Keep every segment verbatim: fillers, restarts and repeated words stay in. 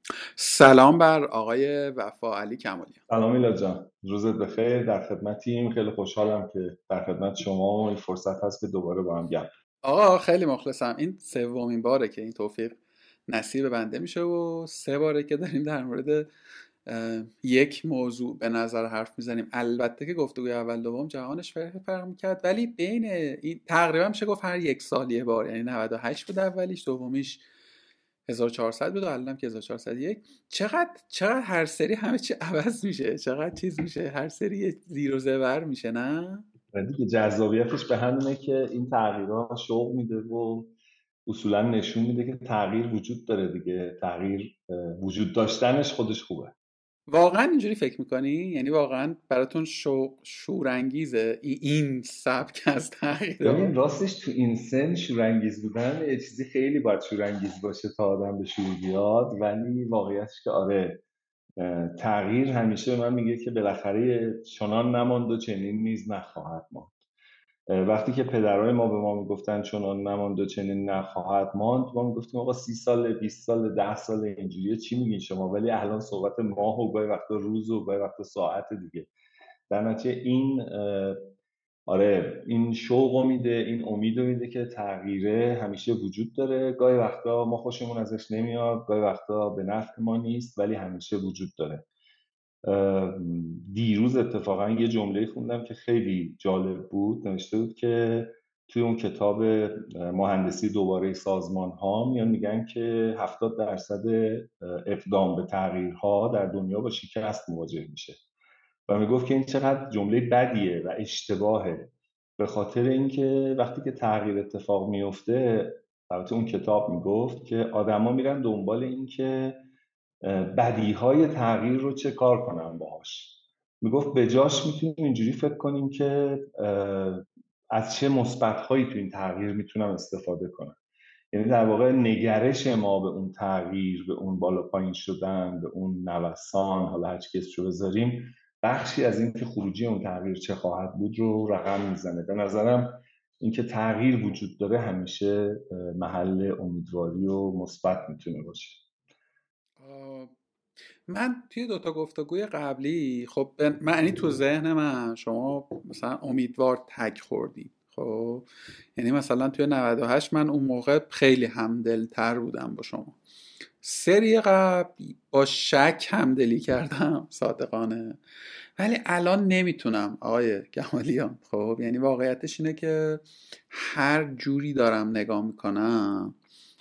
سلام بر آقای وفا علی کمالیان. سلام میلاد جان، روزت بخیر. در خدمتیم. خیلی خوشحالم که در خدمت شما و این فرصت هست که دوباره با هم گپ. آقا خیلی مخلصم. این سومین باره که این توفیق نصیب بنده میشه و سه باره که داریم در مورد اه، یک موضوع به نظر حرف میزنیم. البته که گفتگوی اول دوم جهانش فرق فرق میکرد، ولی بین این تقریبا میشه گفت هر یک سال یه بار، یعنی نود و هشت بود اولیش، دومیش هزار و چهارصد بود و الانم که هزار و چهارصد و یک. چقدر چقدر هر سری همه چی عوض میشه، چقدر چیز میشه، هر سری یه زیر و زبر میشه، نه؟ و دیگه جذابیتش به همینه که این تغییرها شوق میده و اصولا نشون میده که تغییر وجود داره دیگه. تغییر اه، وجود داشتنش خودش خوبه. واقعا اینجوری فکر میکنی؟ یعنی واقعا براتون شوق شورانگیزه ای- این سبک از ببین، تغییرها؟ راستش تو این سن شورانگیز بودن یه چیزی خیلی باید شورانگیز باشه تا آدم به شور بیاد، ولی واقعیتش که آره، تغییر همیشه به من میگه که بالاخره چنان نماند و چنین نیز نخواهد ماند. وقتی که پدرای ما به ما میگفتن چنان نماند و چنین نخواهد ماند، ما میگفتیم آقا سی سال، بیست سال، ده سال اینجوریه، چی میگین شما؟ ولی الان صحبت ماه و گاهی وقتا روز و گاهی وقتا ساعت دیگه. در نتیجه این آره، این شوق میده، این امید میده که تغییره همیشه وجود داره. گاهی وقتا ما خوشمون ازش نمیاد، گاهی وقتا به نفع ما نیست، ولی همیشه وجود داره. دیروز اتفاقا یه جمله خوندم که خیلی جالب بود. نوشته بود که توی اون کتاب مهندسی دوباره سازمان ها میان میگن که هفتاد درصد اقدام به تغییرها در دنیا با شکست مواجه میشه و میگفت که این چقدر جمله بدیه و اشتباهه. به خاطر اینکه وقتی که تغییر اتفاق میفته، البته اون کتاب میگفت که آدما میرن دنبال این که بدیهای تغییر رو چه کار کنم باهاش. میگفت به جاش میتونیم اینجوری فکر کنیم که از چه مثبت‌هایی تو این تغییر میتونم استفاده کنم. یعنی در واقع نگرش ما به اون تغییر، به اون بالا پایین شدن، به اون نوسان، حالا هر چی اسمشو بذاریم، بخشی از این که خروجی اون تغییر چه خواهد بود رو رقم میزنه. به نظرم اینکه تغییر وجود داره همیشه محل امیدواری و مثبت میتونه باشه. آه، من توی دوتا گفتگوی قبلی خب به معنی تو ذهن من شما مثلا امیدوار تک خوردی، خب یعنی مثلا توی نود و هشت من اون موقع خیلی همدلتر بودم با شما. سری قبل با شک همدلی کردم صادقانه، ولی الان نمیتونم آقای کمالیان. خب یعنی واقعیتش اینه که هر جوری دارم نگاه میکنم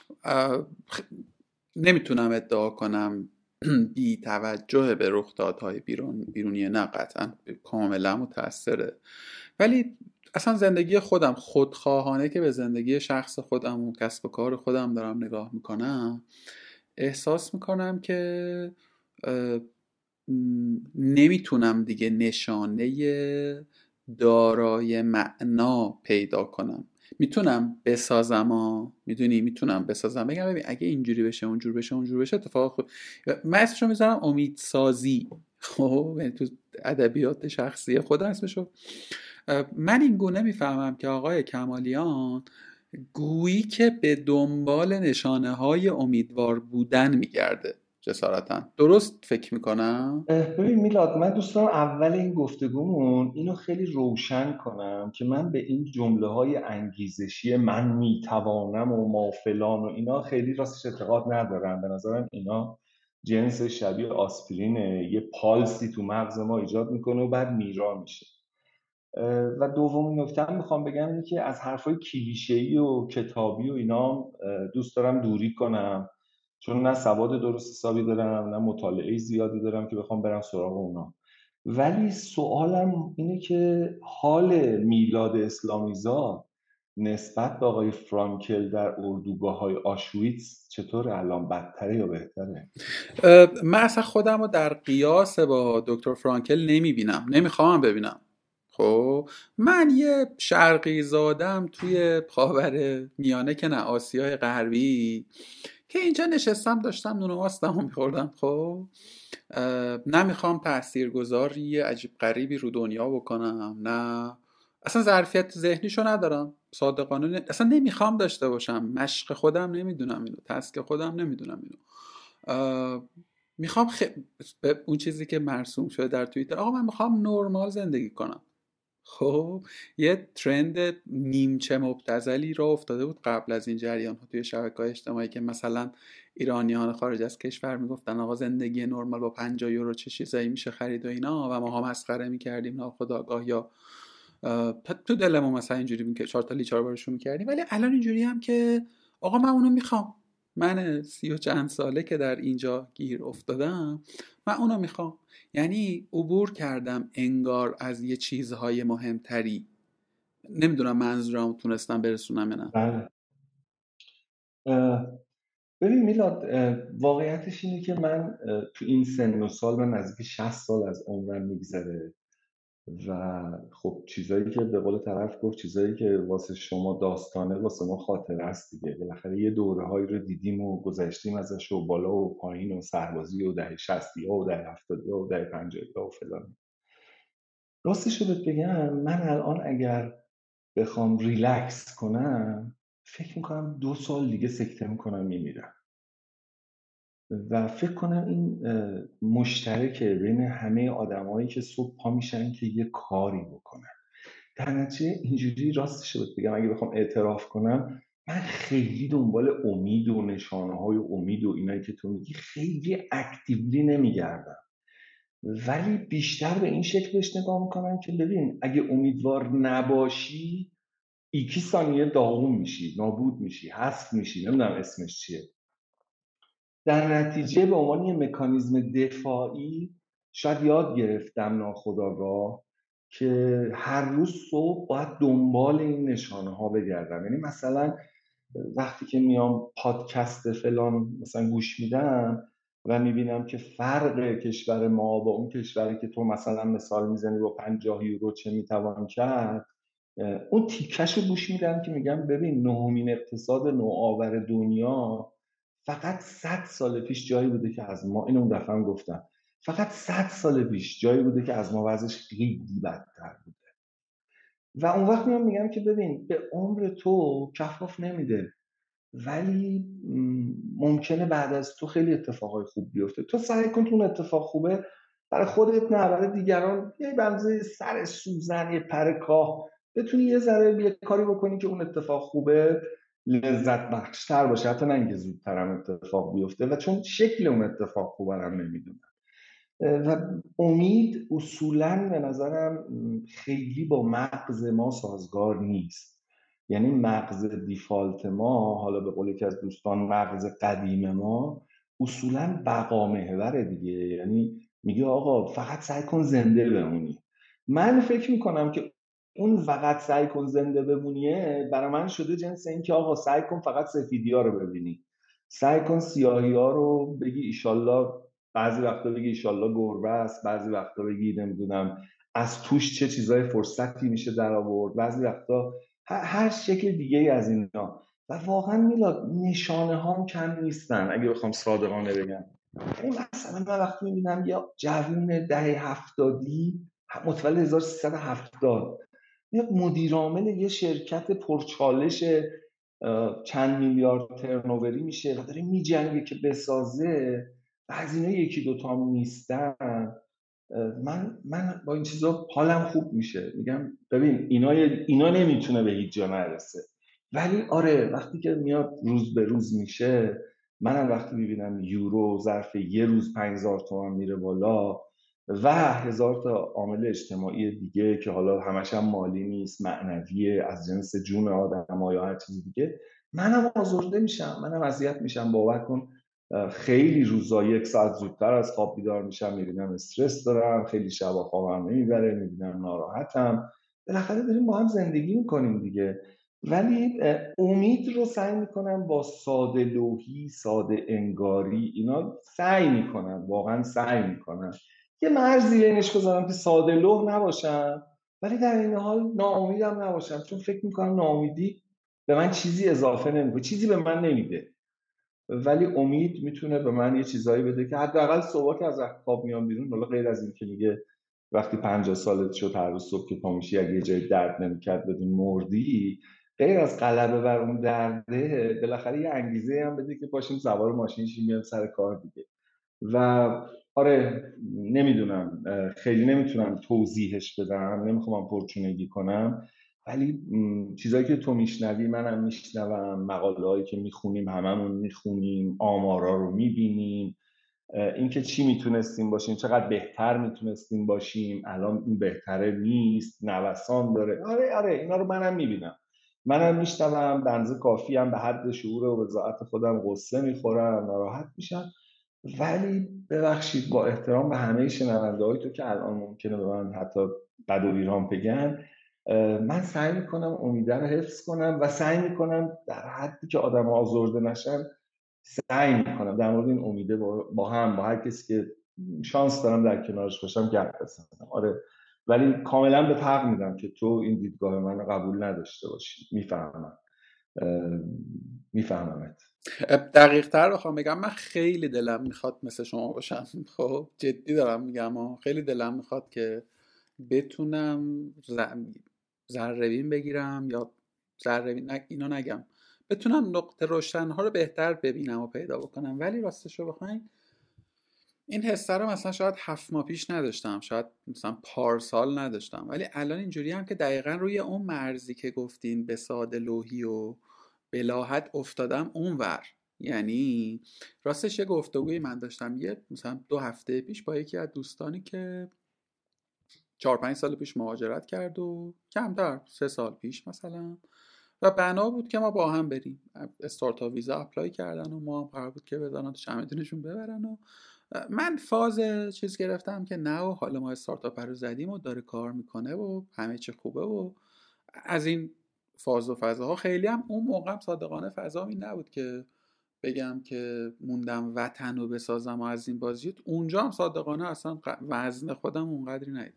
نمیتونم ادعا کنم بی توجه به رخدادهای بیرون بیرونی، نه قطعا کاملا متأثره، ولی اصلا زندگی خودم خودخواهانه که به زندگی شخص خودم و کسب و کار خودم دارم نگاه میکنم، احساس میکنم که اه، م، نمیتونم دیگه نشانه دارای معنا پیدا کنم. میتونم بسازم ها، میدونی میتونم بسازم، بگم ببین اگه اینجوری بشه اونجور بشه اونجور بشه اتفاق خوب. من اسمشو میذارم امیدسازی. خب یعنی تو ادبیات شخصی خودم اسمشو. من این گونه میفهمم که آقای کمالیان گویی که به دنبال نشانه های امیدوار بودن میگرده. جسارتا درست فکر میکنم؟ ببین میلاد، من دوست دارم اول این گفتگومون اینو خیلی روشن کنم که من به این جمله های انگیزشی من میتوانم و ما فلان و اینا خیلی راستش اعتقاد ندارم. به نظرم اینا جنس شبیه آسپرینه، یه پالسی تو مغز ما ایجاد میکنه و بعد میرا میشه. و دومین نکته هم میخوام بگم اینه که از حرفای کلیشه‌ای و کتابی و اینا دوست دارم دوری کنم، چون نه سواد درست حسابی دارم، نه مطالعه زیادی دارم که بخوام برم سراغ اونا. ولی سوالم اینه که حال میلاد اسلامیزاد نسبت به آقای فرانکل در اردوگاه‌های آشویتز چطور؟ الان بدتره یا بهتره؟ من اصلا خودم رو در قیاس با دکتر فرانکل نمیبینم، نمیخوام ببینم. خب من یه شرقی زادم توی خاور میانه که نه آسیای غربی که اینجا نشستم داشتم نون و ماستم رو میخوردم. خب نمیخوام تاثیرگذاری عجیب غریبی رو دنیا بکنم، نه اصلا ظرفیت ذهنیشو ندارم صادقانه، نه. اصلا نمیخوام داشته باشم، مشق خودم نمیدونم اینو، تسک خودم نمیدونم اینو. میخوام خ... به اون چیزی که مرسوم شده در توییتر، آقا من میخوام نرمال زندگی کنم. خب یه ترند نیمچه مبتذلی را افتاده بود قبل از این جریان ها توی شبکه‌های اجتماعی که مثلا ایرانیان خارج از کشور میگفتن آقا زندگی نرمال با پنجاه یورو چه چیزایی میشه خرید و اینا، و ما ها مسخره میکردیم ناخودآگاه، یا تو دلمون مثلا اینجوری بود که چهار تا لیچار بارشون میکردیم. ولی الان اینجوری هم که آقا من اونو میخوام، من سی و چند ساله که در اینجا گیر افتادم، من اونو میخوام. یعنی عبور کردم انگار از یه چیزهای مهمتری. نمیدونم منظورم تونستم برسونم یا نه. بله. ببین میلاد، واقعیتش اینه که من تو این سن و سال، من نزدیک شصت سال از عمرم میگذره و خب چیزایی که به قول طرف گفت، چیزایی که واسه شما داستانه واسه ما خاطره است دیگه. بالاخره یه دوره‌هایی رو دیدیم و گذشتیم ازش و بالا و پایین و سربازی و دهه شصت ها و دهه هفتاد ها و دهه پنجاه ها و فلان. راستش رو بهت بگم، من الان اگر بخوام ریلکس کنم فکر میکنم دو سال دیگه سکته میکنم میمیرم. و فکر کنم این مشترکه بین همه آدمایی که صبح پا میشن که یه کاری بکنن. در نتیجه اینجوری راستش رو بگم، اگه بخوام اعتراف کنم، من خیلی دنبال امید و نشانه های امید و اینایی که تو میگی خیلی اکتیولی نمیگردم، ولی بیشتر به این شکل بهش نگاه میکنم که ببین اگه امیدوار نباشی ایکی ثانیه داغون میشی، نابود میشی، حذف میشی، نمیدونم اسمش چیه. در نتیجه به عنوان یه مکانیزم دفاعی شاید یاد گرفتم ناخودآگاه که هر روز صبح باید دنبال این نشانه ها بگردم. یعنی مثلا وقتی که میام پادکست فلان مثلا گوش میدم و میبینم که فرق کشور ما با اون کشوری که تو مثلا مثال میزنی با پنجاه یورو چه میتوان کرد، اون تیکش رو گوش میدم که میگم ببین نهمین اقتصاد نوآور دنیا فقط صد سال پیش جایی بوده که از ما، اینو اون دفعه هم گفتم، فقط صد سال پیش جایی بوده که از ما وضعش خیلی بدتر بوده. و اون وقت میام میگم که ببین به عمر تو کفاف نمیده، ولی ممکنه بعد از تو خیلی اتفاقای خوب بیفته. تو سعی کن تو اون اتفاق خوبه برای خودت نه برای دیگران یه بنزه سر سوزن، یه پر کاه بتونی یه ذره یه کاری بکنی که اون اتفاق خوبه لذت بخشتر باشه، حتی نه اینکه زودتر هم اتفاق بیفته. و چون شکل اون اتفاق خوبه هم نمیدونم و امید اصولاً به نظرم خیلی با مغز ما سازگار نیست. یعنی مغز دیفالت ما، حالا به قول یکی از دوستان مغز قدیم ما، اصولاً بقا محوره دیگه. یعنی میگه آقا فقط سعی کن زنده بمونی. من فکر میکنم که اون فقط سعی کن زنده بمونیه برای من شده جنس این که آقا سعی کن فقط سفیدی ها رو ببینی، سعی کن سیاهی ها رو بگی ایشالله، بعضی وقتا بگی ایشالله گربه است، بعضی وقتا بگی نمیدونم از توش چه چیزای فرصتی میشه در آورد، بعضی وقتا هر شکل دیگه ای از اینا. و واقعا میلاد نشانه هام کم نیستن اگه بخوام صادقانه بگم. یعنی مثلا من وقتی میبینم یا جوون دهه هفتادی متولد هزار و سیصد و هفتاد یا مدیر عامل یه شرکت پرچالش چند میلیارد ترنووری میشه و داره میجنگه که بسازه و از اینا یکی دوتا هم نیستن، من من با این چیزا حالم خوب میشه. میگم ببین اینا اینا نمیتونه به هیچ جا نرسه. ولی آره وقتی که میاد روز به روز میشه، منم وقتی میبینم یورو ظرف یه روز پنج هزار تومان میره بالا و هزار تا عامل اجتماعی دیگه که حالا همش هم مالی نیست، معنویه، از جنس جون آدم یا هر چیز دیگه، منم آزرده میشم، منم اذیت میشم. باور کن خیلی روزا یک ساعت زودتر از خواب بیدار میشم، میبینم استرس دارم، خیلی شبا خوابم نمیبره، میبینم ناراحتم. بالاخره داریم با هم زندگی میکنیم دیگه. ولی امید رو سعی میکنم با ساده لوحی، ساده انگاری اینا سعی میکنم، واقعا سعی میکنم یه مرزی بینش بذارم که ساده لوح نباشم ولی در این حال ناامیدم نباشم، چون فکر میکنم ناامیدی به من چیزی اضافه نمیکنه، چیزی به من نمیده. ولی امید میتونه به من یه چیزایی بده که حداقل صبح که از خواب میام بیرون، حالا غیر از این که میگه وقتی پنجاه سالت شد هر روز صبح که پا میشی اگه یه جای درد نمیکرد بدون مردی، غیر از غلبه بر اون درده، بالاخره یه انگیزه هم بده که پاشیم سوار ماشین شیم بیایم سر کار دیگه. و آره، نمیدونم، خیلی نمیتونم توضیحش بدم، نمیخوام پرچونگی کنم، ولی چیزایی که تو میشنوی منم میشنوم، مقاله هایی که میخونیم هممون میخونیم، آمارا رو میبینیم، اینکه چی میتونستیم باشیم، چقدر بهتر میتونستیم باشیم، الان این بهتره نیست، نوسان داره. آره آره اینا رو منم میبینم، منم میشنوم، بنزه کافی هم به حد شعور و وضاحت خودم غصه میخورم، ناراحت میشم. ولی ببخشید، با احترام به همه شنونده های تو که الان ممکنه به من حتی بد و بیرام بگن، من سعی میکنم امیده رو حفظ کنم و سعی میکنم در حدی که آدم آزرده نشن سعی میکنم در مورد این امیده با هم با هر کسی که شانس دارم در کنارش باشم گپ بزنم. آره، ولی کاملا به حق میدم که تو این دیدگاه من رو قبول نداشته باشی. میفهمم میفهممت. دقیق تر بخوام بگم، من خیلی دلم میخواد مثل شما باشم. خب جدی دارم میگم، خیلی دلم میخواد که بتونم ذره‌بین بگیرم، یا ذره‌بین نگ... اینا نگم، بتونم نقطه روشن‌ها رو بهتر ببینم و پیدا بکنم. ولی راستش رو بخواین این حسه رو مثلا شاید هفت ماه پیش نداشتم، شاید مثلا پارسال نداشتم، ولی الان اینجوری هم که دقیقا روی اون مرزی که گفتین به ساده لوحی و بلاحت افتادم اونور. یعنی راستش یه گفتگوی من داشتم یه مثلا دو هفته پیش با یکی از دوستانی که چهار پنج سال پیش مهاجرت کرد و کمتر سه سال پیش مثلا، و بنا بود که ما با هم بریم. استارتاپ ویزا اپلای کردن و ما هم قرار بود که بذارن تو چمدونشون ببرن و من فاز چیز گرفتم که نه و حالا ما استارتاپ رو زدیم و داره کار میکنه و همه چی خوبه و از این فاز و فضاها. خیلی هم اون موقع هم صادقانه فضا این نبود که بگم که موندم وطن رو بسازم و از این بازی. اونجا هم صادقانه اصلا وزن خودم اونقدری ندیدم.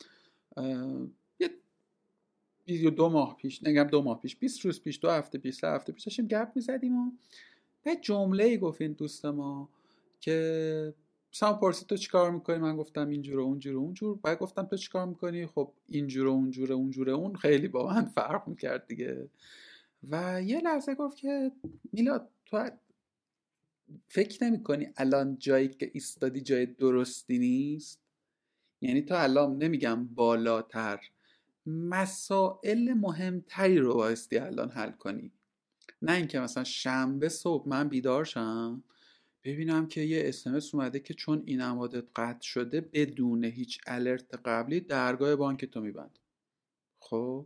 یه بیست و دو ماه پیش، نگم دو ماه پیش، بیست روز پیش، دو هفته پیش، سه هفته پیش داشتیم گپ میزدیم و یه جمله ای گفت این دوست ما که مثلا پرسید تو چیکار میکنی، من گفتم اینجوره اونجوره اونجور، بعد گفتم تو چیکار میکنی، خب اینجوره اونجوره اونجوره اون، خیلی با من فرق میکرد دیگه. و یه لحظه گفت که میلاد تو فکر نمیکنی الان جایی که ایستادی جای درستی نیست؟ یعنی تو الان نمیگم بالاتر، مسائل مهمتری رو بایستی الان حل کنی، نه اینکه مثلا شنبه صبح من بیدار شم ببینم که یه اسمس اومده که چون این امادت قطع شده بدون هیچ الرت قبلی درگاه بانک تو میبند. خب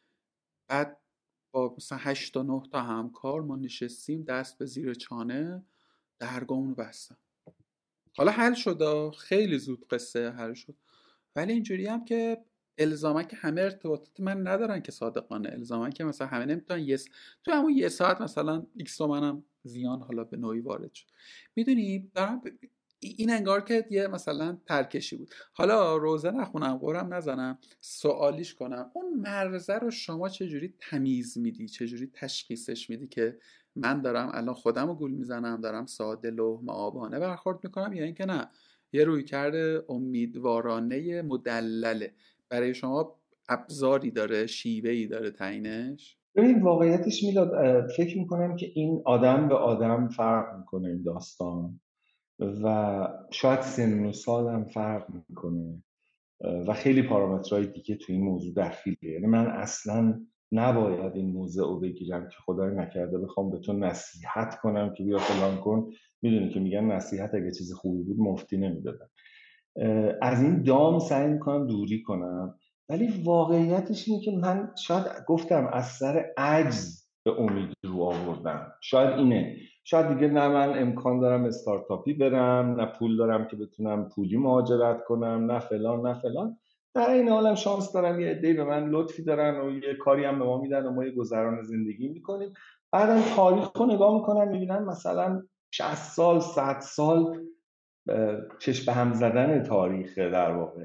بعد با مثلا هشت تا نه تا همکار ما نشستیم دست به زیر چانه درگاهمون بستم. حالا حل شد، خیلی زود قصه حل شد، ولی اینجوری هم که الزاما که همه ارتباطات من ندارن که صادقانه، الزاما که مثلا همه نمیتونن یس تو همون یه ساعت مثلا ایکس تومنم زیان حالا به نوعی وارد شد. میدونی دارم ب... این انگار که یه مثلا ترکشی بود. حالا روزه نخونم قرم نزنم سوالیش کنم اون مرزه رو شما چجوری تمیز میدی، چجوری تشخیصش میدی که من دارم الان خودم رو گول میزنم، دارم ساده لحم آبانه برخورد میکنم، یا اینکه نه یه رویکرد امیدوارانه مدلله برای شما ابزاری داره، شیوه‌ای داره تعیینش؟ ببین واقعیتش میلاد، فکر میکنم که این آدم به آدم فرق میکنه این داستان، و شاید سن و سالم فرق میکنه و خیلی پارامترهای دیگه تو این موضوع دخیله. یعنی من اصلا نباید این موضوع رو بگیرم که خدای نکرده بخوام به تو نصیحت کنم که بیا فلان کن. میدونی که میگن نصیحت اگه چیز خوبی بود مفتی نمیدادن. از این دام سعی میکنم دوری کنم، ولی واقعیتش اینه که من شاید گفتم از سر عجز به امید رو آوردم. شاید اینه، شاید دیگه نه من امکان دارم استارتاپی برم، نه پول دارم که بتونم پولی مهاجرت کنم، نه فلان نه فلان. در این حالم شانس دارم یه عده‌ای به من لطفی دارن و یه کاری هم به ما میدن و ما یه گذران زندگی میکنیم. بعدم تاریخ رو نگاه میکنم میبینم مثلا شصت سال صد سال چشم به هم زدن تاریخ در واقع،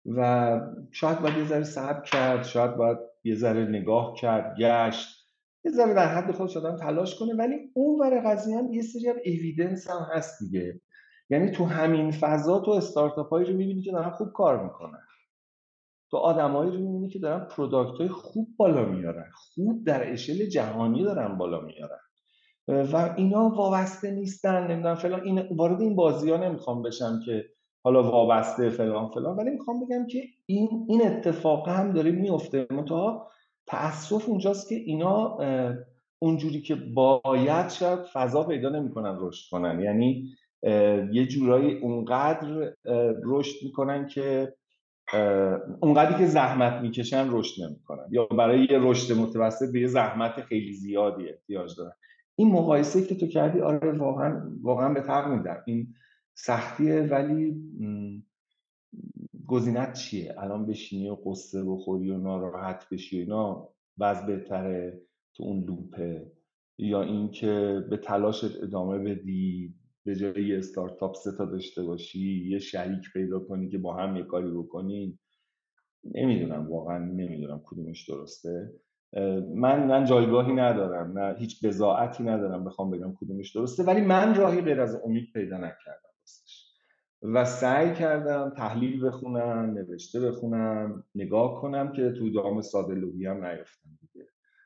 و شاید باید یه ذره صبر کرد، شاید باید یه ذره نگاه کرد، گشت، یه ذره در حد خودش آدم تلاش کنه. ولی اون ور قضیه هم یه سری هم اوییدنس هم هست دیگه. یعنی تو همین فضا تو استارتاپ هایی رو میبینی که دارن خوب کار میکنن. تو آدمایی رو می‌بینی که دارن پروداکت‌های خوب بالا میارن، خوب در اشل جهانی دارن بالا میارن و اینا وابسته نیستن، نمیدونم فلان. این وارد این بازی‌ها نمیخوام بشم که حالا وابسته فلان فلان، ولی میخوام بگم که این این اتفاق هم داره میفته. منتها تأسف اونجاست که اینا اونجوری که باید شاید فضا پیدا نمیکنن رشد کنن، یعنی یه جورایی اونقدر رشد میکنن که اونقدری که زحمت میکشن رشد نمیکنن، یا برای یه رشد متوسط به یه زحمت خیلی زیادی احتیاج دارن. این مقایسه که تو کردی آره واقعا واقعا به حق میدم، این سختیه، ولی گزینت چیه؟ الان بشینی و قصه بخوری و ناراحت بشی و اینا باز بهتره تو اون لوپه، یا اینکه به تلاشت ادامه بدی، به جای یه استارتاپ سه تا داشته باشی، یه شریک پیدا کنی که با هم یه کاری بکنی؟ نمیدونم، واقعا نمیدونم کدومش درسته. من من جایگاهی ندارم، نه هیچ بضاعتی ندارم بخوام بگم کدومش درسته، ولی من راهی غیر از امید پیدا نکردم واسش و سعی کردم تحلیل بخونم، نوشته بخونم، نگاه کنم که تو دام ساده لوحی هم نیفتم دیگه.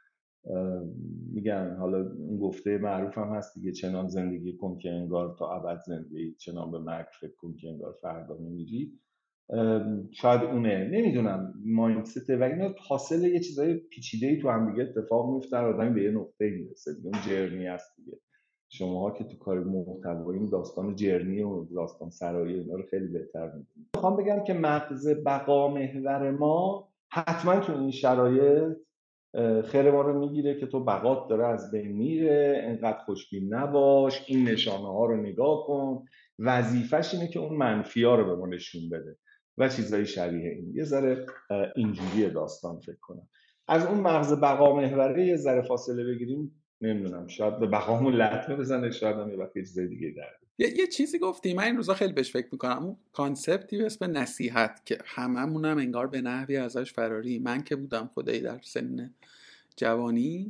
میگن حالا اون گفته معروف هم هست دیگه، چنان زندگی کن که انگار تا ابد زندگی، چنان به مرگ فکر کن که انگار فردا میمیری. شاید اونه، نمیدونم، مایندست و اینا حاصل یه چیزای پیچیده‌ای تو هم دیگه اتفاق میفته، آدمی به یه نقطه میرسه دیگه، اون جرنی هست دیگه. شماها که تو کار محتوایی داستان جرنی و داستان سرایی اینا رو خیلی بهتر میدونید. میخوام بگم که مغز بقا محور ما حتما تو این شرایط خیر ما رو میگیره که تو بقات داره از بین میره، انقدر خوشبین نباش، این نشانه ها رو نگاه کن. وظیفش اینه که اون منفی ها رو به ما نشون بده و چیزایی شبیه این. یه ذره اینجوری داستان فکر کنم. از اون مغز بقا محوره یه ذره فاصله بگیریم، نمیدونم شاید به بقامون لطمه بزنه، شاید هم یه وقت یه چیزای دیگه در یه،, یه چیزی گفتی من این روزا خیلی بهش فکر میکنم، اون کانسپتی به اسم نصیحت که هممون هم انگار به نحوی ازش فراری. من که بودم خدایی در سن جوانی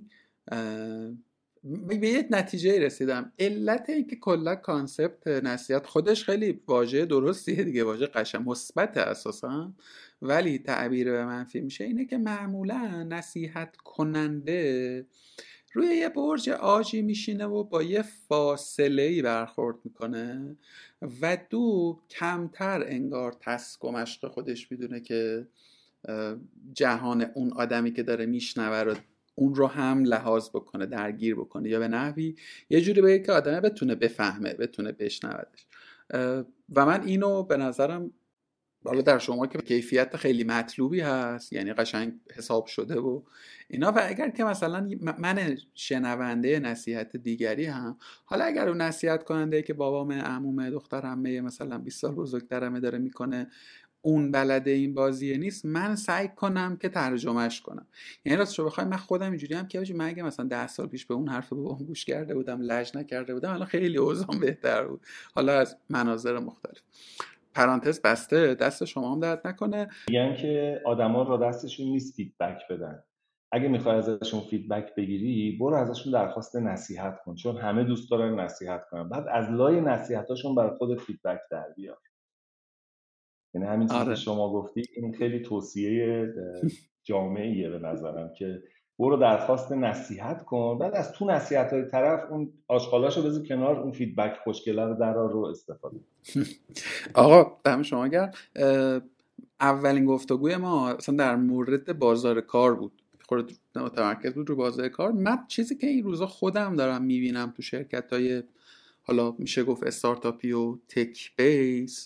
به یه نتیجه رسیدم. علت این که کلا کانسپت نصیحت خودش خیلی واژه درستیه دیگه، واژه قشنگ مثبت اساسا، ولی تعبیر به منفی میشه اینه که معمولا نصیحت کننده روی یه برج آجی میشینه و با یه فاصله‌ای برخورد میکنه و دو کمتر انگار تسک و مشق خودش میدونه که جهان اون آدمی که داره میشنوه رو اون رو هم لحاظ بکنه، درگیر بکنه، یا به نحوی یه جوری بگه که آدمه بتونه بفهمه، بتونه بشنودش. و من اینو به نظرم حالا در شما که کیفیت خیلی مطلوبی هست، یعنی قشنگ حساب شده و اینا، و اگر که مثلا من شنونده نصیحت دیگری هم، حالا اگر اون نصیحت کننده که بابام، عمومه، دخترمه مثلا بیست سال بزرگترمه داره میکنه اون بلده این بازیه نیست، من سعی کنم که ترجمهش کنم. یعنی راستش بخوام من خودم اینجوری هم که من اگه مثلا ده سال پیش به اون حرف بابام گوش کرده بودم، لج نکرده بودم، الان خیلی اوضاعم بهتر بود، حالا از مناظر مختلف. پرانتز بسته، دست شما هم درد نکنه. میگن که آدما را دستشون نیست فیدبک بدن. اگه میخوای ازشون فیدبک بگیری برو ازشون درخواست نصیحت کن، چون همه دوست دارن نصیحت کنن، بعد از لای نصیحتاشون برای خودت فیدبک در بیار. یعنی همین چیزی آره. که شما گفتی این خیلی توصیه جامعیه به نظرم، که برو درخواست نصیحت کن، بعد از تو نصیحت‌های طرف اون آشغالاشو بذار کنار، اون فیدبک خوشگله رو درار رو استفاده. آقا دم شما گرم. اولین گفتگوی ما اصلا در مورد بازار کار بود، خود متمرکز بود رو بازار کار. من چیزی که این روزا خودم دارم میبینم تو شرکت‌های حالا میشه گفت استارتاپی و تک بیس،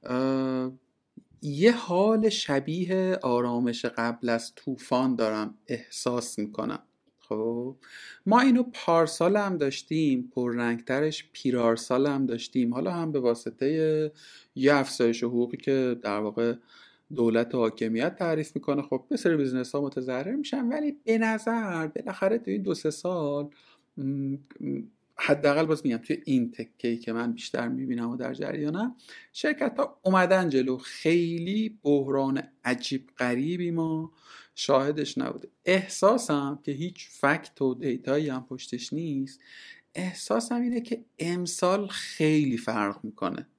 یه حال شبیه آرامش قبل از طوفان دارم احساس میکنم. خب ما اینو پارسال هم داشتیم، پررنگترش پیرارسال هم داشتیم، حالا هم به واسطه یه افزایش حقوقی که در واقع دولت و حاکمیت تعریف میکنه، خب به سری بیزنس ها متضرر میشن، ولی به نظر بالاخره توی این دو سه سال حداقل باز میگم توی این تکه‌ای که من بیشتر میبینم و در جریانم، شرکت ها اومدن جلو. خیلی بحران عجیب غریبی ما شاهدش نبوده. احساسم که هیچ فکت و دیتایی هم پشتش نیست، احساسم اینه که امسال خیلی فرق میکنه.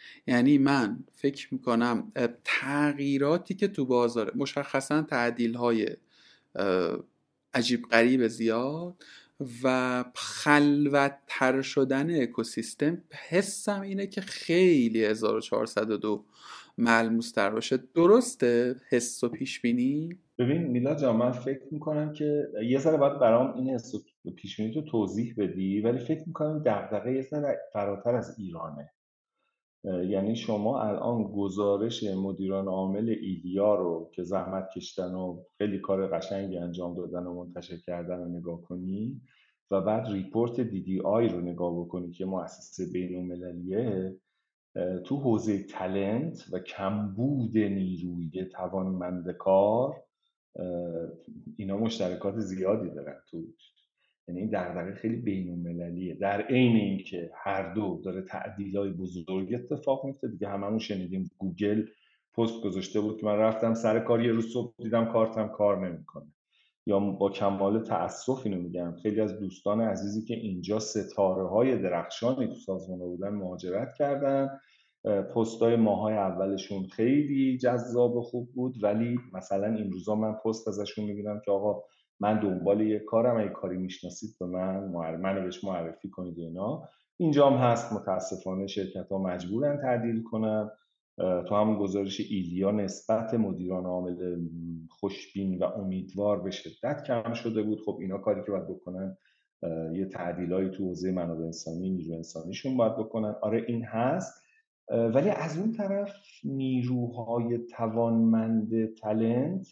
یعنی من فکر میکنم تغییراتی که تو بازار، مشخصا تعدیل های عجیب غریب زیاد و خلوت‌تر شدن اکوسیستم، حسم اینه که خیلی هزار و چهارصد و دو ملموس‌تر باشه. درسته حس و پیش بینی؟ ببین میلاد جان، من فکر میکنم که یه ذره باید برام این حس و پیش بینی تو توضیح بدی، ولی فکر میکنم دغدغه یه ذره فراتر از ایرانه. یعنی شما الان گزارش مدیران عامل ایلیا رو که زحمت کشتن و خیلی کار قشنگی انجام دادن و منتشر کردن رو نگاه کنی و بعد ریپورت دی دی آی رو نگاه بکنی که مؤسسه بین‌المللیه، تو حوزه تالنت و کمبود نیروی توانمند کار اینا مشترکات زیادی دارن تو. یعنی این دغدغه خیلی بین‌المللیه، در عین اینکه هر دو داره تعدیلای بزرگ اتفاق میفته. دیگه هممون شنیدیم گوگل پست گذاشته بود که من رفتم سر کار، یه روز صبح دیدم کارتم کار نمیکنه. یا با کمال تأسف اینو میگم، خیلی از دوستان عزیزی که اینجا ستاره های درخشانی تو سازمان بودن مهاجرت کردن. پستای ماهای اولشون خیلی جذاب و خوب بود، ولی مثلا این روزا من پست ازشون میبینم که آقا من دنبال یه کارم، اگه کاری میشناسید به من معرفی منو بهش معرفی کنید. اینا اینجا هم هست. متاسفانه شرکت ها مجبورن تعدیل کنن. تو همون گزارش ایلیا نسبت مدیران عامل خوشبین و امیدوار به شدت کم شده بود. خب اینا کاری که باید بکنن یه تعدیلایی تو حوزه منابع انسانی، نیرو انسانیشون باید بکنن. آره این هست، ولی از اون طرف نیروهای توانمند تالنت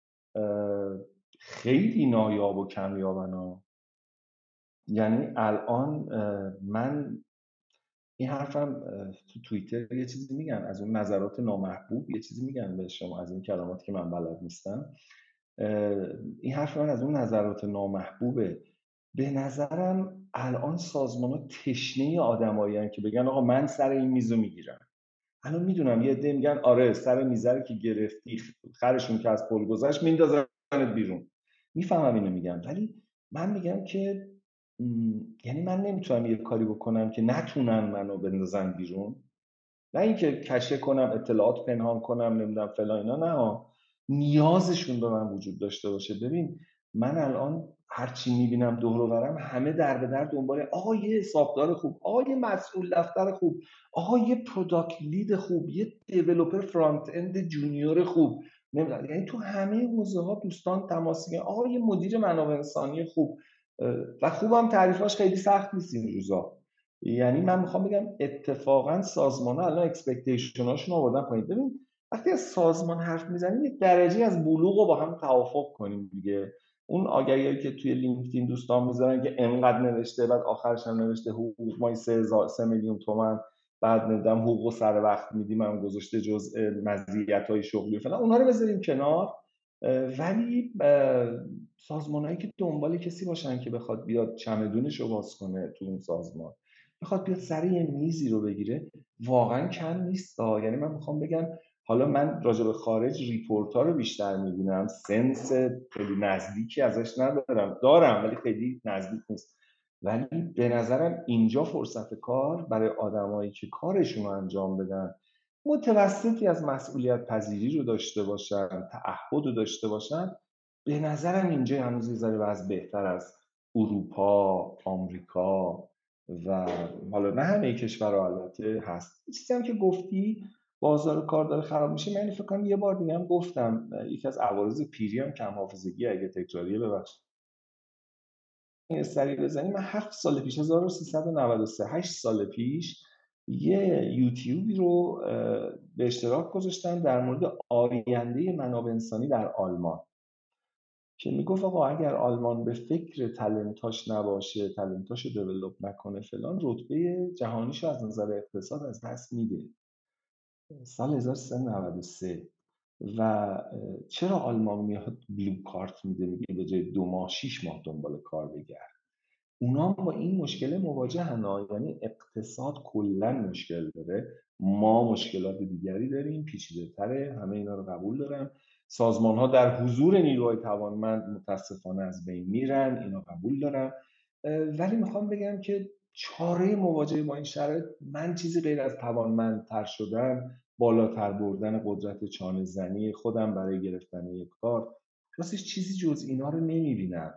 خیلی نایاب و کمیابن. یعنی الان من این حرفم تو توییتر یه چیزی میگن، از اون نظرات نامحبوب یه چیزی میگن به شما، از این کلماتی که من بلد نیستم. این حرف من از اون نظرات نامحبوبه. به نظرم الان سازمان ها تشنه آدمایی هستن که بگن آقا من سر این میزو میگیرم. الان میدونم یه عده میگن آره سر میزه که گرفتی خرشون که از پل گذشت میندازنت بیرون. میفهمم اینو میگم، ولی من میگم که یعنی من نمیتونم یه کاری بکنم که نتونن منو بندازن بیرون. نه اینکه کشه کنم، اطلاعات پنهان کنم، نمیدونم فلان اینا، نه، نیازشون به من وجود داشته باشه. ببین من الان هرچی میبینم دور و برم همه در به در دنبال آقا یه حسابدار خوب، آقا یه مسئول دفتر خوب، آقا یه پروداکت لید خوب، یه دیولپر فرانت اند جونیور خوب، نمیدونم. یعنی تو همه حوزه ها دوستان تماس میگیرن آقا یه مدیر منابع انسانی خوب. و خوبم تعریفاش خیلی سخت نیست این روزا. یعنی من میخوام بگم اتفاقا سازمان ها الان اکسپکتیشن هاشون آوردن پایین. ببین وقتی از سازمان حرف میزنیم یک درجه از بلوغ رو با هم توافق کنیم دیگه. اون آگهیایی که توی لینکدین دوستان میذارن که انقدر نوشته، بعد آخرش هم نوشته حقوق مای سه میلیون تومان، بعد نمیدونم حقوق سر وقت میدیم، هم گذاشته جزء مزیت‌های شغلی و فلان، اونها رو بذاریم کنار. ولی سازمانایی که دنبال کسی باشن که بخواد بیاد چمدونش رو باز کنه تو اون سازمان، بخواد بیاد سر یه میزی رو بگیره، واقعا کم نیست. یعنی من میخوام بگم حالا من راجع به خارج ریپورت ها رو بیشتر میبینم، سنس خیلی نزدیکی ازش ندارم، دارم ولی خیلی نزدیک نیست. ولی به نظرم اینجا فرصت کار برای آدمایی که کارشون رو انجام بدن، متوسطی از مسئولیت پذیری رو داشته باشن، تعهد رو داشته باشن، به نظرم اینجا هنوز یه ذره وضع بهتر از اروپا، آمریکا و حالا نه همه کشورها البته هست. چیزی هم که گفتی بازار کار داره خراب میشه، من فکر کنم یه بار دیگه هم گفتم، یکی از عوارض پیری هم کم حافظگی، اگه تکراریه ببخشید. یه سری بزنیم، من هفت سال پیش هزار و سیصد و نود و سه هشت سال پیش یه یوتیوبی رو به اشتراک گذاشتم در مورد آینده منابع انسانی در آلمان که میگفت آقا اگر آلمان به فکر تالنتاش نباشه، تالنتاشو دیولپ نکنه فلان، رتبه جهانیشو از نظر اقتصاد از دست میده. سال هزار و سیصد و نود و سه. و چرا آلمان میاد بلو کارت میده، میگه به جای دو ماه شیش ماه دنبال کار بگرد. اونا هم با این مشکل مواجه هن. یعنی اقتصاد کلا مشکل داره، ما مشکلات دیگری داریم پیچیده تره، همه اینا رو قبول دارم. سازمان ها در حضور نیروهای توانمند متاسفانه از بین میرن، اینا قبول دارم. ولی میخوام بگم که چاره مواجهه با این شرایط من چیزی غیر از توانمندتر شدن، بالاتر بردن قدرت چانه زنی خودم برای گرفتن یک کار، راستش چیزی جز اینا رو نمیبینم.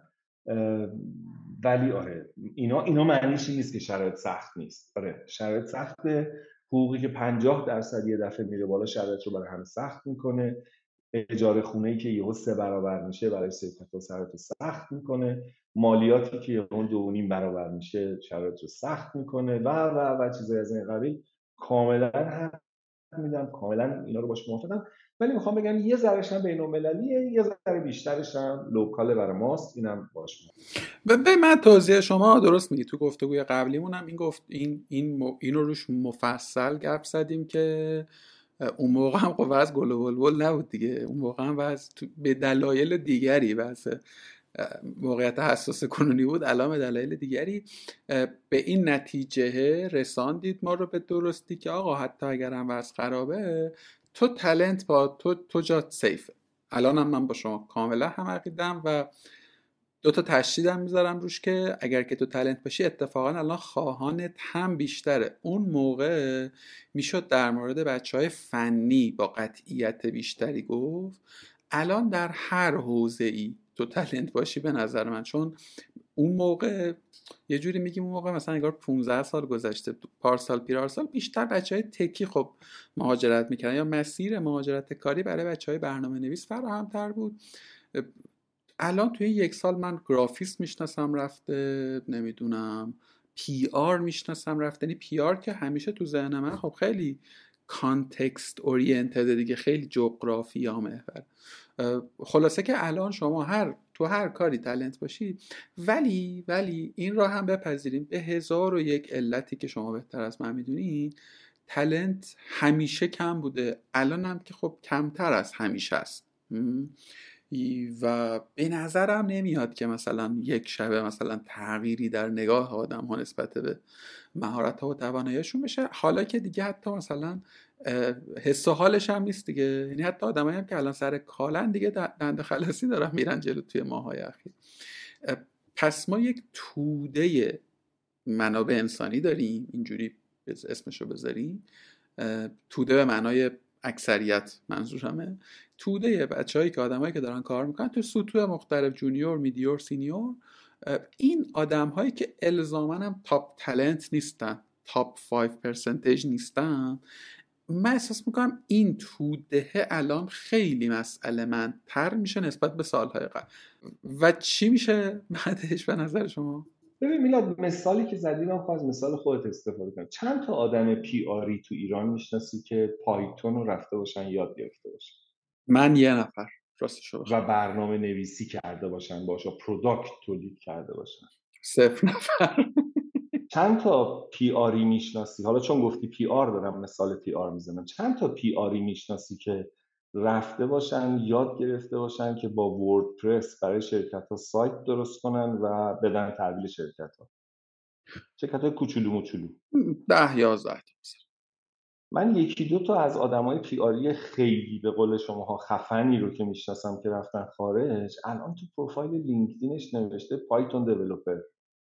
ولی آره اینا اینا معنیش این نیست که شرایط سخت نیست. آره شرایط سخته، حقوقی که پنجاه درصد یه دفعه میره بالا شرایط رو برای همه سخت میکنه، اجاره خونه‌ای که یهو سه برابر میشه برای شرکت‌ها شرایط رو سخت میکنه، مالیاتی که یهو دو و نیم برابر میشه شرایط رو سخت میکنه و و و چیزای از این قبیل. کاملا حق میدم، کاملا اینا رو باش موافقم، ولی میخوام بگم یه ذره‌ش هم بین‌المللیه، یه ذره بیشترش هم لوکاله برای ماست، اینم باش موافقم. به من توضیح شما درست میگی. تو گفتگوی قبلیمون هم این گفت این این مو اینو روش مفصل گپ زدیم که اون موقع هم خب وضع گل و بلبل نبود دیگه. اون موقع هم وضع به دلایل دیگری وضع موقعیت حساس کنونی بود، الان به دلایل دیگری به این نتیجه رساندید ما رو به درستی که آقا حتی اگر هم وضع خرابه تو تالنت با تو تو جات سیفه. الان هم من با شما کاملا هم عقیدم و دو تا تشدیدم میذارم روش که اگر که تو تالنت باشی اتفاقا الان خواهانت هم بیشتره. اون موقع میشد در مورد بچهای فنی با قطعیت بیشتری گفت. الان در هر حوزه‌ای تو تالنت باشی به نظر من، چون اون موقع یه جوری میگیم اون موقع مثلا انگار پانزده سال گذشته، پارسال پیرارسال بیشتر بچهای تکی خب مهاجرت میکردن یا مسیر مهاجرت کاری برای بچهای برنامه نویس فراهم‌تر بود. الان توی یک سال من گرافیست میشناسم رفته، نمیدونم پی آر میشناسم رفته. یعنی پی آر که همیشه تو ذهن من خب خیلی کانتکست اورینتد دیگه، خیلی جغرافیا محور. خلاصه که الان شما هر تو هر کاری تالنت باشی، ولی ولی این را هم بپذیریم به هزار و یک علتی که شما بهتر از من میدونید تالنت همیشه کم بوده، الان هم که خب کمتر از همیشه است و به نظرم نمیاد که مثلا یک شبه مثلا تغییری در نگاه آدم ها نسبت به مهارت ها و تواناییشون بشه. حالا که دیگه حتی مثلا حس و حالش هم نیست دیگه، یعنی حتی آدمایی هم که الان سر کالن دیگه دنده خلاصی دارن میرن جلو توی ماهای اخیر. پس ما یک توده منابع انسانی داریم، اینجوری اسمشو بذاریم، توده به معنای اکثریت منظورمه، توده بچه‌هایی که آدمایی که دارن کار میکنن تو سطوح مختلف، جونیور، میدیور، سینیور، این آدم‌هایی که الزاماً هم تاپ تالنت نیستن، تاپ پنج پرسنتیج نیستن، من احساس میکنم این توده الان خیلی مسئله من تر میشه نسبت به سالهای قبل. و چی میشه بعدش به نظر شما؟ ببین میلاد، مثالی که زدی من خواهد مثال خودت استفاده کنم. چند تا آدم پی آری تو ایران میشناسی که پایتون رو رفته باشن یاد گرفته باشن؟ من یه نفر راستشو و بخوام برنامه نویسی کرده باشن، باشه پروداکت تولید کرده باشن؟ صفر نفر. چند تا پی آری میشناسی، حالا چون گفتی پی آر دارم مثال پی آر میزنم، چند تا پی آری میشناسی که رفته باشن یاد گرفته باشن که با وردپرس برای شرکت ها سایت درست کنن و بدن تحویل شرکت ها، شرکت های کوچولو موچولو؟ ده یازده. من یکی دو تا از آدمای پی آری خیلی به قول شماها خفنی رو که میشناسم که رفتن خارج، الان تو پروفایل لینکدینش نوشته پایتون دیولپر.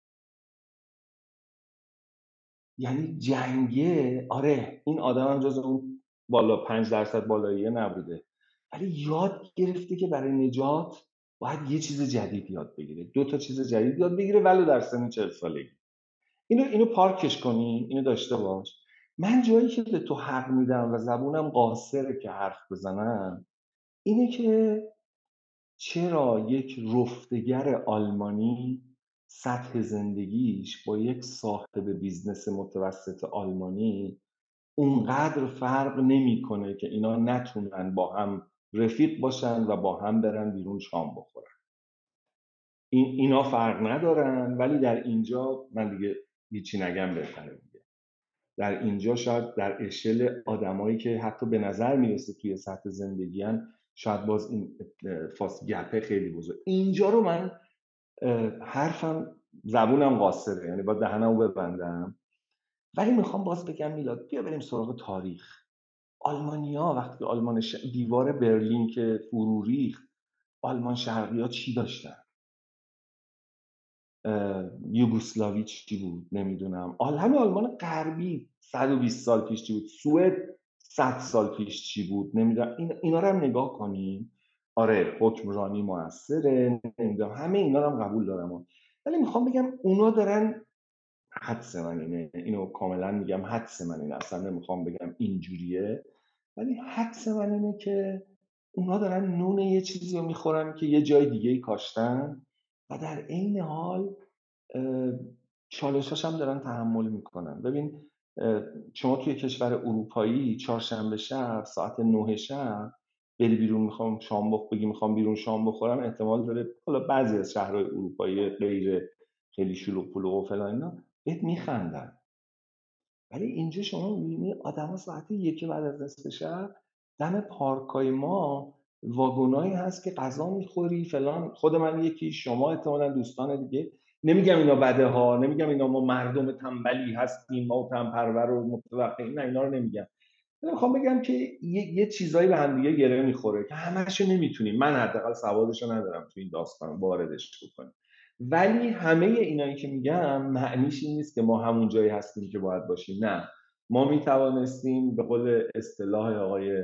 یعنی جنگه. آره این آدم هم جز اون بالا پنج درصد بالاییه نبوده، ولی یاد گرفته که برای نجات باید یه چیز جدید یاد بگیره، دو تا چیز جدید یاد بگیره ولو در سن چهل سالگی. اینو اینو پارکش کنی، اینو داشته باش. من جایی که به تو حق میدم و زبونم قاصره که حرف بزنم اینه که چرا یک رفتگر آلمانی سطح زندگیش با یک صاحب بیزنس متوسط آلمانی اونقدر فرق نمیکنه که اینا نتونن با هم رفیق باشن و با هم برن بیرون شام بخورن. این اینا فرق ندارن، ولی در اینجا من دیگه هیچی نگم بهتره دیگه. در اینجا شاید در اشل آدمایی که حتی به نظر میرسه توی سطح زندگی هن، شاید باز این فاس گپه خیلی بزرگ. اینجا رو من حرفم زبونم قاصره، یعنی با دهنمو ببندم، ولی میخوام باز بگم میلاد بیا بریم سراغ تاریخ. آلمانیا وقتی آلمان ش... دیوار برلین که فرو ریخت، آلمان شرقی ها چی داشتن؟ یوگسلاوی چی بود نمیدونم، همین آلمان غربی صد و بیست سال پیش چی بود، سوئد صد سال پیش چی بود نمیدونم. این اینا رو هم نگاه کنیم. آره حکمرانی موثره نمیدونم، همه اینا رو هم قبول دارم، ولی میخوام بگم اونا دارن، حدس من اینه، اینو کاملا میگم حدس من اینه، اصلا نمیخوام بگم اینجوریه، ولی حدس من اینه که اونا دارن نون یه چیزی رو میخورن که یه جای دیگه ای کاشتن و در عین حال چالشاش هم دارن تحمل میکنن. ببین شما توی کشور اروپایی چهارشنبه شب ساعت نه شب بری بیرون میخوام شام بخ بگی میخوام بیرون شام بخورم، احتمال داره حالا بعضی از شهرهای اروپایی غیر خیلی شلوغ پلوغ و فلان اینا بهت میخندن، ولی اینجا شما میبینی آدما ساعت یک بعد از نصف شب دم پارکای ما واگونایی هست که غذا میخوری فلان، خود من یکی، شما احتمالاً دوستان دیگه، نمیگم اینا بده ها، نمیگم اینا ما مردم تنبلی هستیم ما و تنپرور و متوقع، نه اینا رو نمیگم، ولی میخوام بگم که یه, یه چیزایی به هم دیگه گره میخوره که همه‌شو نمیتونیم، من حداقل سوادشو ندارم تو این داستان واردش بکنم، ولی همه اینایی که میگم معنیش این نیست که ما همون جایی هستیم که باید باشیم، نه، ما میتوانستیم به قول اصطلاح آقای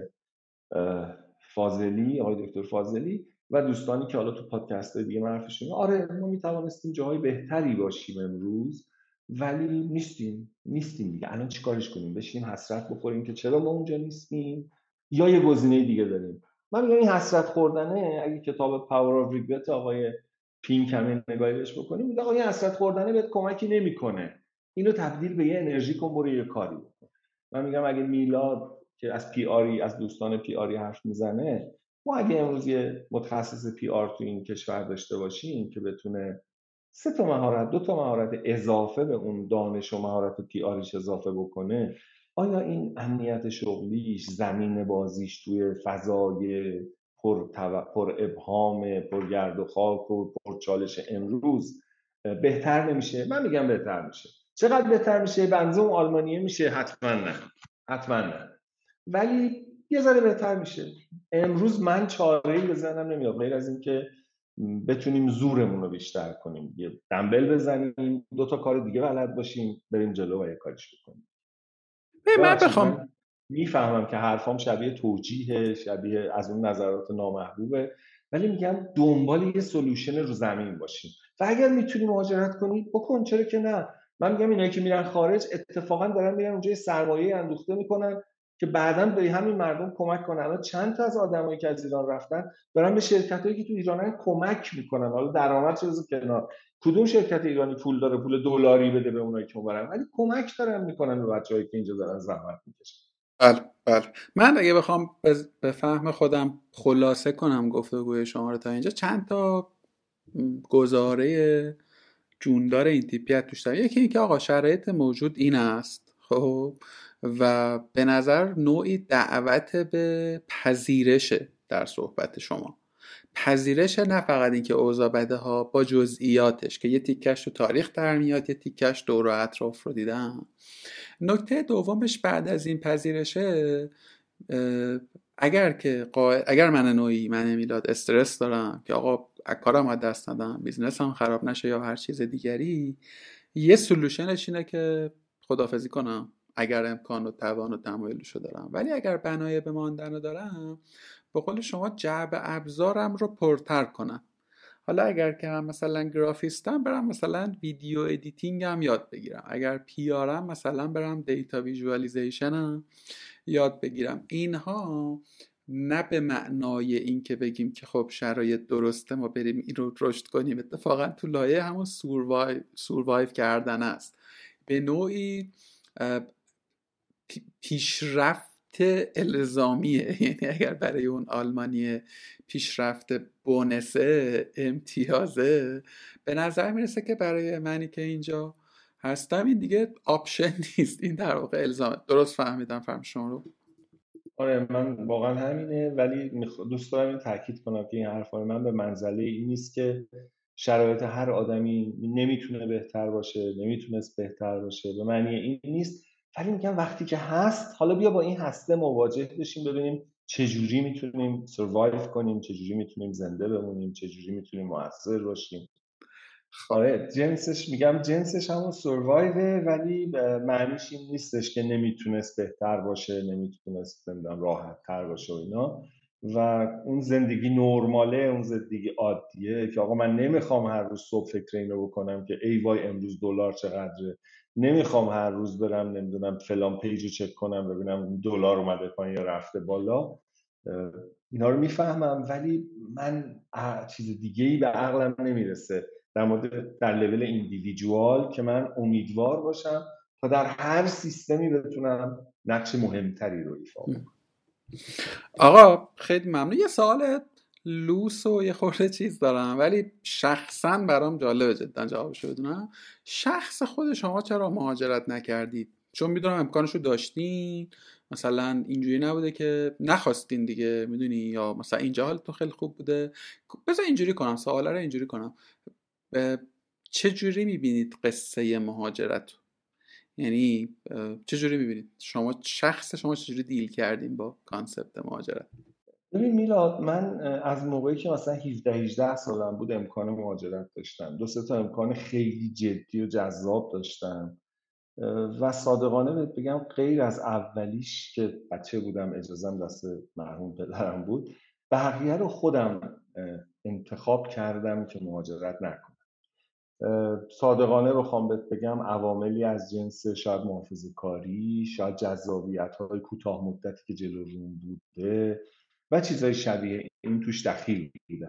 فاضلی، آقای دکتر فاضلی و دوستانی که حالا تو پادکست دیگه معرفشون، آره ما میتوانستیم جاهای بهتری باشیم امروز، ولی نیستیم نیستیم دیگه. الان چیکارش کنیم؟ بشیم حسرت بخوریم که چرا ما اونجا نیستیم، یا یه گزینه دیگه داریم؟ من میگم این حسرت خوردنه، اگه کتاب پاور آف ریگرت آقای پینک همین نگاهی بهش بکنیم، میگه آقا این حسرت خوردنه بهت کمکی نمیکنه، اینو تبدیل به یه انرژی کن، برو یه کاری بکن. من میگم اگه میلاد که از پی آری، از دوستان پی آری حرف میزنه، ما اگه امروز یه متخصص پی آر تو این کشور داشته باشیم که بتونه سه تا مهارت، دو تا مهارت اضافه به اون دانش و مهارت پی آریش اضافه بکنه، آیا این امنیت شغلیش، زمین بازیش توی فضای پر, تو... پر ابهام، پر گرد و خاک و پر چالش امروز بهتر نمیشه؟ من میگم بهتر میشه. چقدر بهتر میشه؟ بنزه اون آلمانیه میشه؟ حتما نه، حتما نه، ولی یه ذره بهتر میشه. امروز من چاره‌ای به ذهنم نمیاد غیر از این که بتونیم زورمون رو بیشتر کنیم، یه دنبل بزنیم، دو تا کار دیگه بلد باشیم، بریم جلو و یه کاریش بکنیم. من ببخشید بخوام من میفهمم که حرفام شبیه توجیه، شبیه از اون نظرات نامحبوبه، ولی میگم دنبال یه سولوشن رو زمین باشیم و اگر میتونی مهاجرت کنی بکن، چرا که نه. من میگم اینایی که میرن خارج اتفاقا دارن میرن اونجا سرمایه اندوخته میکنن که بعداً به همین مردم کمک کنن. الان چند تا از آدمایی که از ایران رفتن دارن به شرکتایی که تو ایرانن کمک میکنن، حالا درآمد چه کنار، کدوم شرکت ایرانی پول داره پول دلاری بده به اونایی که اونورن، ولی کمک دارن میکنن به بچه‌هایی که اینجا دارن زحمت میکشن. بله بله، من اگه بخوام به فهم خودم خلاصه کنم گفتگوی شما رو تا اینجا، چند تا گزاره جوندار این تیپیت توش دارم. یکی این که آقا شرایط موجود این است، خب، و به نظر نوعی دعوت به پذیرشه در صحبت شما، پذیرش نه فقط این که اوضاع بده ها، با جزئیاتش که یه تیکش تو تاریخ در میاد، یه تیکش دور و اطراف رو دیدم. نکته دومش بعد از این پذیرشه، اگر که قا... اگر من نوعی من میلاد استرس دارم که آقا کارم از دست ندم، بیزنسم خراب نشه یا هر چیز دیگری، یه سولوشنش اینه که خداحافظی کنم اگر امکان و توان و تمایلشو دارم، ولی اگر بنای به ماندن رو دارم، به قول شما جعب ابزارم رو پرتر کنم. حالا اگر که من مثلا گرافیستم، برم مثلا ویدیو ادیتینگ هم یاد بگیرم، اگر پیارم مثلا برم دیتا ویژوالیزیشنم یاد بگیرم. اینها نه به معنای این که بگیم که خب شرایط درسته ما بریم این رو رشد کنیم، اتفاقا تو لایه همون سوروایو, سوروایو کردن است، به نوعی پیشرفت الزامیه. یعنی اگر برای اون آلمانی پیشرفت بونسه، امتیازه، به نظر میرسه که برای منی که اینجا هستم این دیگه آپشن نیست، این در واقع الزامه. درست فهمیدم فهم شما رو؟ آره من واقعا همینه، ولی دوست دارم این تاکید کنم که این حرفای من به منزله این نیست که شرایط هر آدمی نمیتونه بهتر باشه، نمیتونست بهتر باشه، به معنی این نیست، ولی میگم وقتی که هست، حالا بیا با این هسته مواجه بشیم، ببینیم چجوری میتونیم سروایو کنیم، چجوری میتونیم زنده بمونیم، چجوری میتونیم موثر باشیم. آره جنسش میگم جنسش همون سروایوه، ولی معنیش این نیستش که نمیتونست بهتر باشه، نمیتونست نمیدونم راحت تر باشه و اینا. و اون زندگی نرماله، اون زندگی عادیه که آقا من نمیخوام هر روز صبح فکر اینو بکنم که ای وای امروز دلار چقدره، نمیخوام هر روز برم نمیدونم فلان پیج رو چک کنم ببینم دلار اومده پایین یا رفته بالا. اینا رو میفهمم، ولی من چیز دیگه ای به عقلم نمیرسه در مورد در لول ایندیویدوال که من امیدوار باشم تا در هر سیستمی بتونم نقش مهمتری رو ایفا کنم. آقا خیلی ممنون. یه سوال لوس و یه خورده چیز دارم، ولی شخصا برام جالبه جدا جوابشو بدونم. شخص خود شما چرا مهاجرت نکردید؟ چون میدونم امکانشو داشتین، مثلا اینجوری نبوده که نخواستین دیگه، میدونی، یا مثلا اینجا حالتون خیلی خوب بوده. بذار اینجوری کنم، سوالا رو اینجوری کنم. چه جوری میبینید قصه مهاجرت؟ یعنی چه جوری میبینید شما، شخص شما چه جوری دیل کردین با کانسپت مهاجرت؟ ببین میلاد، من از موقعی که مثلا هجده هجده سالم بود امکان مهاجرت داشتم، دو سه تا امکان خیلی جدی و جذاب داشتم و صادقانه بهت بگم غیر از اولیش که بچه بودم اجازم دست مرحوم پدرم بود، بقیه رو خودم انتخاب کردم که مهاجرت نکنم. صادقانه بخوام بهت بگم عواملی از جنس شاید محافظه کاری، شاید جذابیت های کوتاه مدتی که جلو روم بوده و چیزای شبیه این توش دخیل بودن.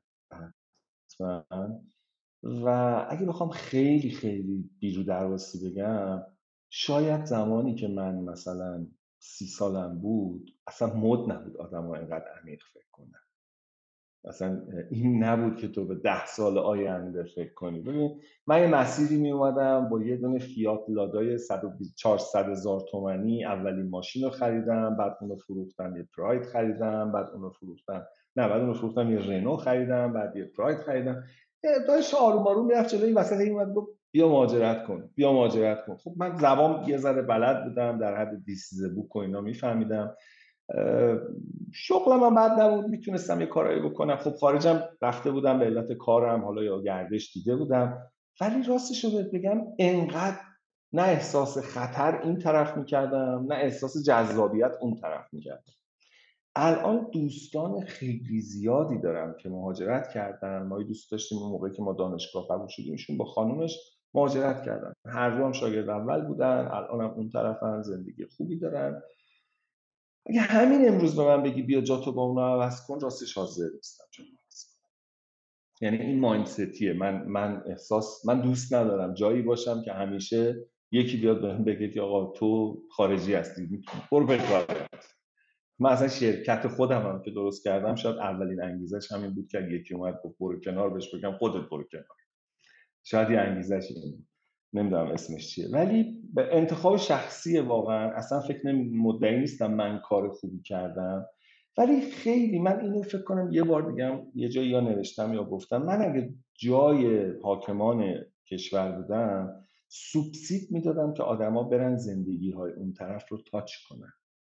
و اگه بخوام خیلی خیلی بیرو درواسی بگم، شاید زمانی که من مثلا سی سالم بود اصلا مد نبود آدم ها اینقدر عمیق فکر کنن. اصلا این نبود که تو به ده سال آینده فکر کنی. ببین من یه مسیری می اومدم با یه دونه فیات لادای چهارصد هزار تومانی اولین ماشین رو خریدم، بعد اون رو فروختم یه پراید خریدم، بعد اون رو فروختم نه بعد اون رو فروختم یه رنو خریدم، بعد یه پراید خریدم. داشت آروم آروم میرفت جلوی، وسط این اومد گفت بیا مهاجرت کن، بیا مهاجرت کن. خب من زبان یه ذره بلد بودم، در حد دیسیزه بوک و اینا میفهمیدم، شغلم هم بد نبود، میتونستم یه کارایی بکنم. خب خارجم رفته بودم به علت کارم، حالا یا گردش دیده بودم، ولی راستش رو بهت بگم انقدر نه احساس خطر این طرف میکردم نه احساس جذابیت اون طرف میکردم. الان دوستان خیلی زیادی دارم که مهاجرت کردن. ما دوست داشتیم اون موقعی که ما دانشگاه قبول شدیم، ایشون با خانومش مهاجرت کردن، هر دو هم شاگرد اول بودن، الان هم اون طرفن، زندگی خوبی دارن. اگه همین امروز به من بگی بیا جاتو با اونا عوض کن، راستش حاضر نیستم. چون یعنی این مایندستیه. من من احساس من دوست ندارم جایی باشم که همیشه یکی بیاد بهم بگه که آقا تو خارجی هستی برو به کار. من اصلا شرکت خودم هم که درست کردم شاید اولین انگیزش همین بود که یکی اومد گفت برو کنار، بهش بگم خودت برو کنار. شاید یه انگیزش این بود، نمیدونم اسمش چیه، ولی به انتخاب شخصی. واقعا اصلا فکر نمی مدعی نیستم من کار خوبی کردم، ولی خیلی من اینو فکر کنم یه بار دیگه یه جایی یا نوشتم یا گفتم، من اگه جای حاکمان کشور بودم سوبسید میدادم که آدما برن زندگی های اون طرف رو تاچ کنن،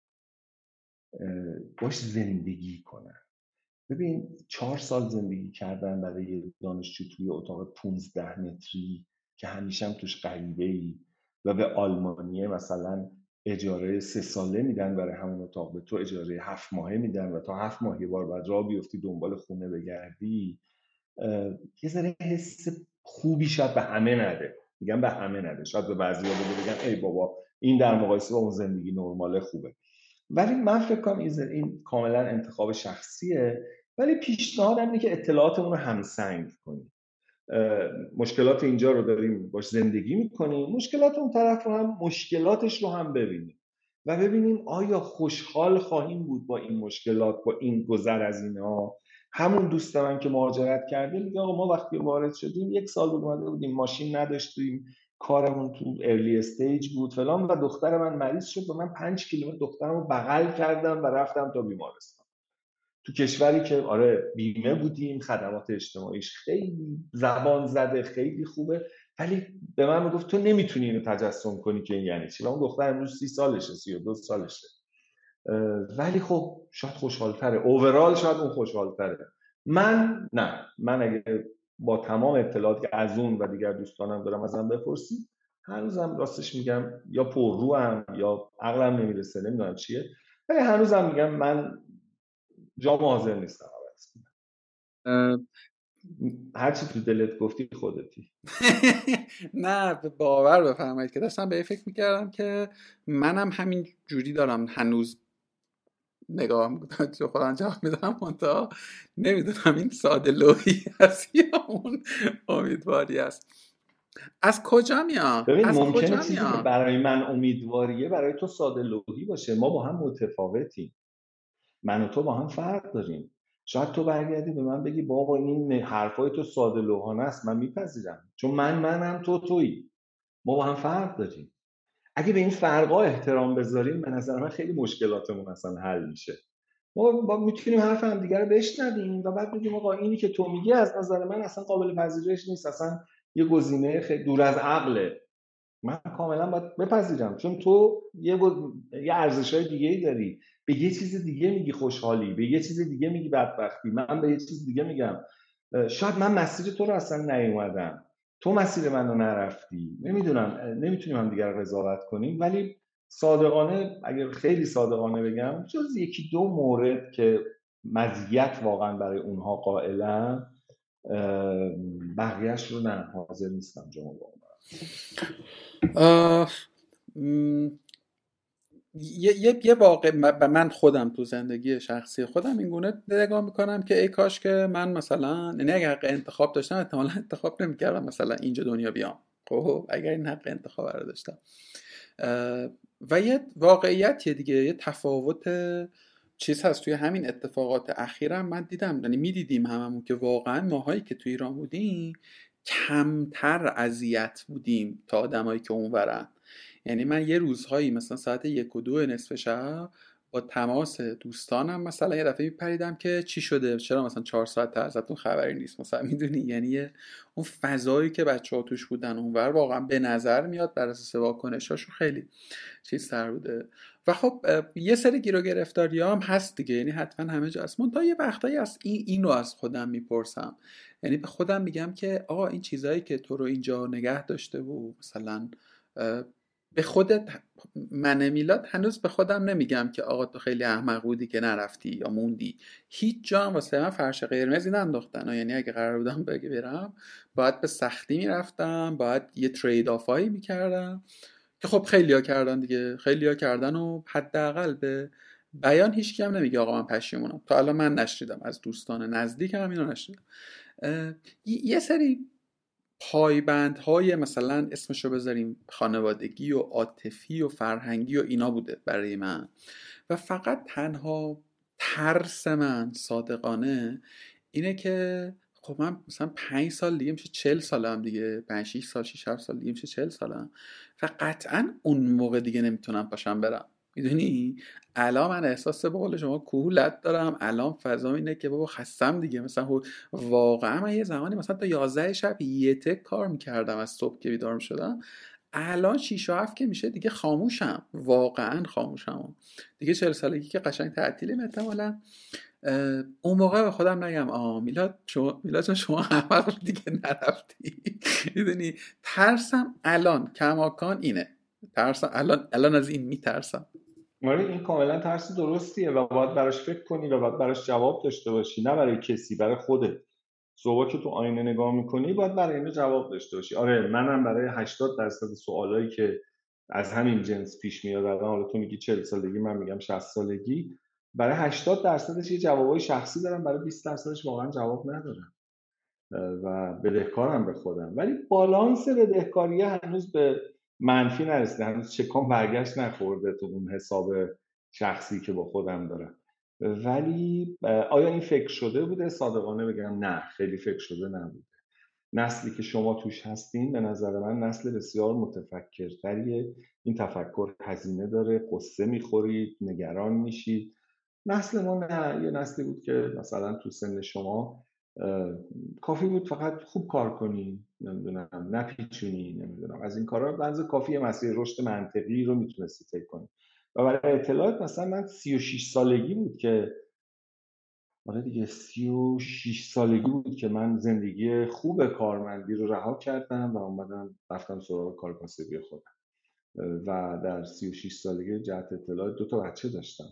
باش زندگی کنن. ببین چهار سال زندگی کردن برای یه دانشجو توی اتاق پونزده متری که همیشه هم توش غریبه‌ای و به آلمانیه مثلا اجاره سه ساله میدن برای همون اتاق، به تو اجاره هفت ماهه میدن و تا هفت ماه یه بار بعد راه بیفتی دنبال خونه بگردی، یه ذره حس خوبی شاید به همه نده. میگم به همه نده، شاید به بعضی‌ها بگه بگن ای بابا این در مقایسه با اون زندگی نرماله خوبه، ولی من فکر کنم این کاملا انتخاب شخصیه. ولی پیشنهادم اینه که اطلاعاتمون رو همسنگ کنیم. مشکلات اینجا رو داریم باش زندگی میکنیم، مشکلات اون طرف رو هم مشکلاتش رو هم ببینیم و ببینیم آیا خوشحال خواهیم بود با این مشکلات، با این گذر از اینها. همون دوست من که مهاجرت کرده میگه آقا ما وقتی وارد شدیم یک سال بود اومده بودیم، ماشین نداشتیم، کارمون تو ارلی استیج بود فلان، و دختر من مریض شد و من پنج کیلومتر دخترم رو بغل کردم و رفتم تا بیمارستان تو کشوری که آره بیمه بودیم، خدمات اجتماعیش خیلی زبان زده، خیلی خوبه، ولی به من میگفت تو نمیتونی اینو تجسم کنی که این یعنی چی. و اون دختر امروز سی سالشه، سی و دو سالشه، ولی خب شاید خوشحال‌تره، اوورال شاید اون خوشحال‌تره. من نه، من اگه با تمام اطلاعاتی که از اون و دیگر دوستانم دارم ازم بپرسی، هنوزم راستش میگم یا پرروام یا عقلم نمیرسه، نمیدونم چیه، ولی هنوزم میگم من جام حاضر نیستم عوض کنم. هر چی تو دلت گفتی خودتی. نه باور بفرمایید که داشتم به فکر میکردم که منم همین جوری دارم هنوز نگاه میکنم تو خودم جواب میدم، منتها نمیدونم این ساده لوحی هست یا اون امیدواری است. از کجا میاد؟ ببین از ممکنه کجا چیزی که میاد؟ برای من امیدواریه برای تو ساده لوحی باشه. ما با هم متفاوتیم، من و تو با هم فرق داریم. شاید تو برگردی به من بگی بابا این حرفای تو ساده لوحانه است، من میپذیرم، چون من منم تو تویی، ما با هم فرق داریم. اگه به این فرقا احترام بذاریم به نظر من خیلی مشکلاتمون اصلا حل میشه. ما میتونیم حرف هم دیگه رو بشنویم و بعد بگیم آقا اینی که تو میگی از نظر من اصلا قابل پذیرش نیست، اصلا یه گزینه خیلی دور از عقله. من کاملا باید بپذیرم، چون تو یه گز... یه ارزش‌های دیگه‌ای داری، به یه چیز دیگه میگی خوشحالی، به یه چیز دیگه میگی بدبختی، من به یه چیز دیگه میگم. شاید من مسیر تو رو اصلا نیومدم، تو مسیر منو نرفتی، نمیدونم، نمیتونیم هم دیگر قضاوت کنیم. ولی صادقانه اگر خیلی صادقانه بگم، جز یکی دو مورد که مزیت واقعا برای اونها قائلم، بقیهش رو نه حاضر نیستم جمع بکنم. یه یه یه واقع به من خودم تو زندگی شخصی خودم این گونه نگاه میکنم که ای کاش که من مثلا، یعنی اگر حق انتخاب داشتم احتمالا انتخاب نمیکردم مثلا اینجا دنیا بیام، خب اگر این حق انتخاب رو داشتم. و یه واقعیتیه دیگه، یه تفاوت چیز هست توی همین اتفاقات اخیرم من دیدم، یعنی میدیدیم هممون که واقعا ماهایی که توی ایران بودیم کمتر اذیت بودیم تا آدمایی که اونورن. یعنی من یه روزهایی مثلا ساعت یک و دو نصف شب با تماس دوستانم مثلا یه دفعه میپریدم که چی شده، چرا مثلا چهار ساعت ازتون خبری نیست مثلا، میدونی. یعنی اون فضایی که بچه ها توش بودن اونور واقعا به نظر میاد بر اساس واکنشاشون خیلی چیز تر بوده. و خب یه سری گیر و گرفتاری هم هست دیگه، یعنی حتما همه جا هست. من تا یه وقتایی از این اینو از خودم میپرسم، یعنی به خودم میگم که آقا این چیزایی که تو رو اینجا نگه داشته و مثلا به خودت، من میلاد هنوز به خودم نمیگم که آقا تو خیلی احمق بودی که نرفتی یا موندی. هیچ جا هم واسه من فرش قرمزی ننداختن، یعنی اگه قرار بودم بگه برم باید به سختی میرفتم، باید یه ترید آفایی میکردم که خب خیلیا کردن دیگه، خیلیا کردن و حداقل به بیان هیچ کی هم نمیگه آقا من پشیمونم. تا الان من نشنیدم از دوستان نزدیکم اینو نشنیدم. یه سری پایبندهای مثلا اسمشو بذاریم خانوادگی و عاطفی و فرهنگی و اینا بوده برای من، و فقط تنها ترس من صادقانه اینه که خب من مثلا پنج سال دیگه میشه چل سالم دیگه، پنج شیش سال شیش هفت سال دیگه میشه چل سالم و قطعا اون موقع دیگه نمیتونم پاشم برم. میدونی الان من احساس به قول شما کهولت دارم، الان فضا اینه که بابا خستم دیگه. مثلا واقعا من یه زمانی مثلا تا یازده شب یه تک کار میکردم از صبح که بیدار میشدم، الان شیش و هفت که میشه دیگه خاموشم، واقعا خاموشم دیگه. چهل سالگی که قشنگ تعطیلیم احتمالاً. اون موقع به خودم نگم آه میلاد شما میلاد شما همه دیگه نرفتی. میدونی ترسم الان کماکان اینه، ترسم الان الان از این میترسم. آره این کاملا ترس درستیه و باید براش فکر کنی و باید براش جواب داشته باشی، نه برای کسی، برای خودت. صبح که تو آینه نگاه میکنی باید برای اینو جواب داشته باشی. آره منم برای هشتاد درصد سوالایی که از همین جنس پیش میاد الان، حالا تو میگی چهل سالگی من میگم شصت سالگی، برای هشتاد درصدش یه جوابای شخصی دارم، برای بیست درصدش واقعا جواب ندارم و بدهکارم به خودم. ولی بالانس بدهکاری هنوز به منفی نرسیده، هنوز چکام برگشت نخورده تو اون حساب شخصی که با خودم دارم. ولی آیا این فکر شده بوده؟ صادقانه بگم نه، خیلی فکر شده نبوده. نسلی که شما توش هستین به نظر من نسل بسیار متفکرتریه. این تفکر هزینه داره، قصه میخورید، نگران میشید. نسل ما نه، یه نسلی بود که مثلا تو سن شما کافی بود فقط خوب کار کنی، نمیدونم نپیچونی، نمیدونم از این کارا، بنز کافی مسیر رشد منطقی رو میتونستی طی کنی. و برای اطلاعات مثلا من سی و شش سالگی بود که آره دیگه سی و شیش سالگی بود که من زندگی خوب کارمندی رو رها کردم و اومدم رفتم سراغ کار کاسبی خودم و در سی و شیش سالگی جهت اطلاع دو تا بچه داشتم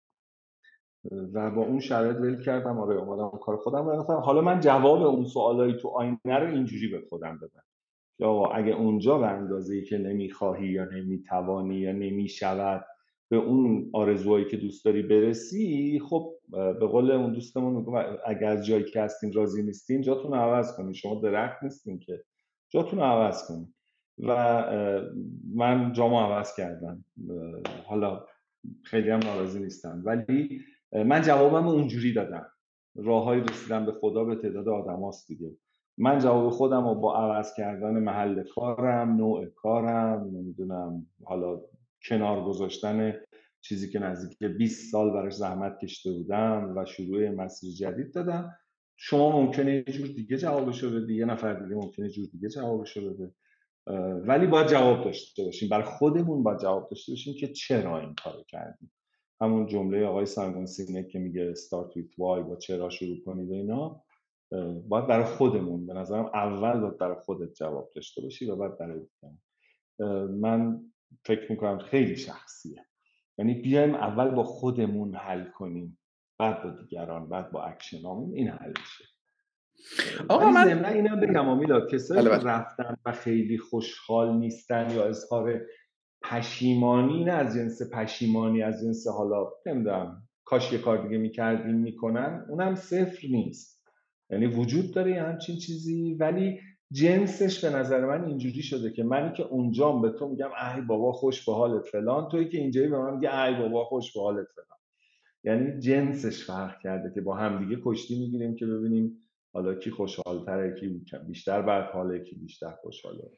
و با اون شرایط ول کردم. آره اومدم کار خودم رو انداختم. حالا من جواب اون سوالایی تو آینه رو اینجوری به خودم دادم که آقا اگه اونجا به اندازه‌ای که نمیخواهی یا نمیتوانی یا نمیشود به اون آرزوهایی که دوست داری برسی، خب به قول اون دوستمون میگم اگه از جایی که هستین راضی نیستین جاتون رو عوض کنین، شما درخت نیستین که، جاتون رو عوض کنین. و من جامو عوض کردم، حالا خیلی هم ناراضی نیستم، ولی من جوابم اونجوری دادم. راههای رسیدن به خدا به تعداد آدم هاست دیگه. من جواب خودم رو با عوض کردن محل کارم، نوع کارم، نمیدونم حالا کنار گذاشتن چیزی که نزدیک بیست سال براش زحمت کشیده بودم و شروع مسیر جدید دادم. شما ممکنه یه جور دیگه جوابشو بدی، یه نفر دیگه ممکنه یه جور دیگه جوابشو بده، ولی باید جواب داشته باشیم. برای خودمون باید جواب داشته باشیم که چرا این کارو کردیم. همون جمله آقای سایمون سینک که میگه start with why، با چرا شروع کنید و اینا، باید برای خودمون، به نظرم اول باید برای خودت جواب داشته باشی و بعد برای دیگران. من فکر میکنم خیلی شخصیه، یعنی بیایم اول با خودمون حل کنیم، بعد با دیگران، بعد با اکشنامون این حل میشه. آقا ولی من ضمن اینا بگم امیلاد، کسایی بله که بله. رفتن و خیلی خوشحال نیستن یا اظهار پشیمانی، نه از جنس پشیمانی از جنس حالا نمیدونم کاش یه کار دیگه میکردیم میکنن، اونم صفر نیست، یعنی وجود داره یه همچین چیزی، ولی جنسش به نظر من اینجوری شده که منی که اونجام به تو میگم ای بابا خوش به حالت فلان، تویی که اینجایی به من میگه ای بابا خوش به حالت فلان. یعنی جنسش فرق کرده که با همدیگه کشتی میگیریم که ببینیم حالا کی خوشحال‌تره، کی بیشتر بعد حاله، کی بیشتر خوشحاله.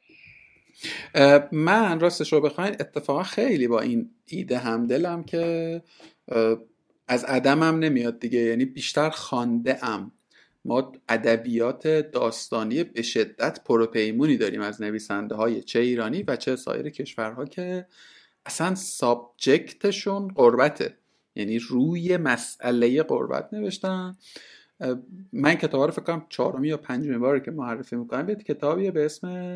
من راستش رو بخواین اتفاقا خیلی با این ایده همدلم که از عدمم نمیاد دیگه، یعنی بیشتر خوانده ام. ما ادبیات داستانی به شدت پروپیمونی داریم از نویسنده های چه ایرانی و چه سایر کشورها که اصلا سابجکتشون غربته، یعنی روی مسئله غربت نوشتن. من کتاب رو فکر کنم چهارمی یا پنجمی باره که معرفی میکنم، یه کتابیه به اسم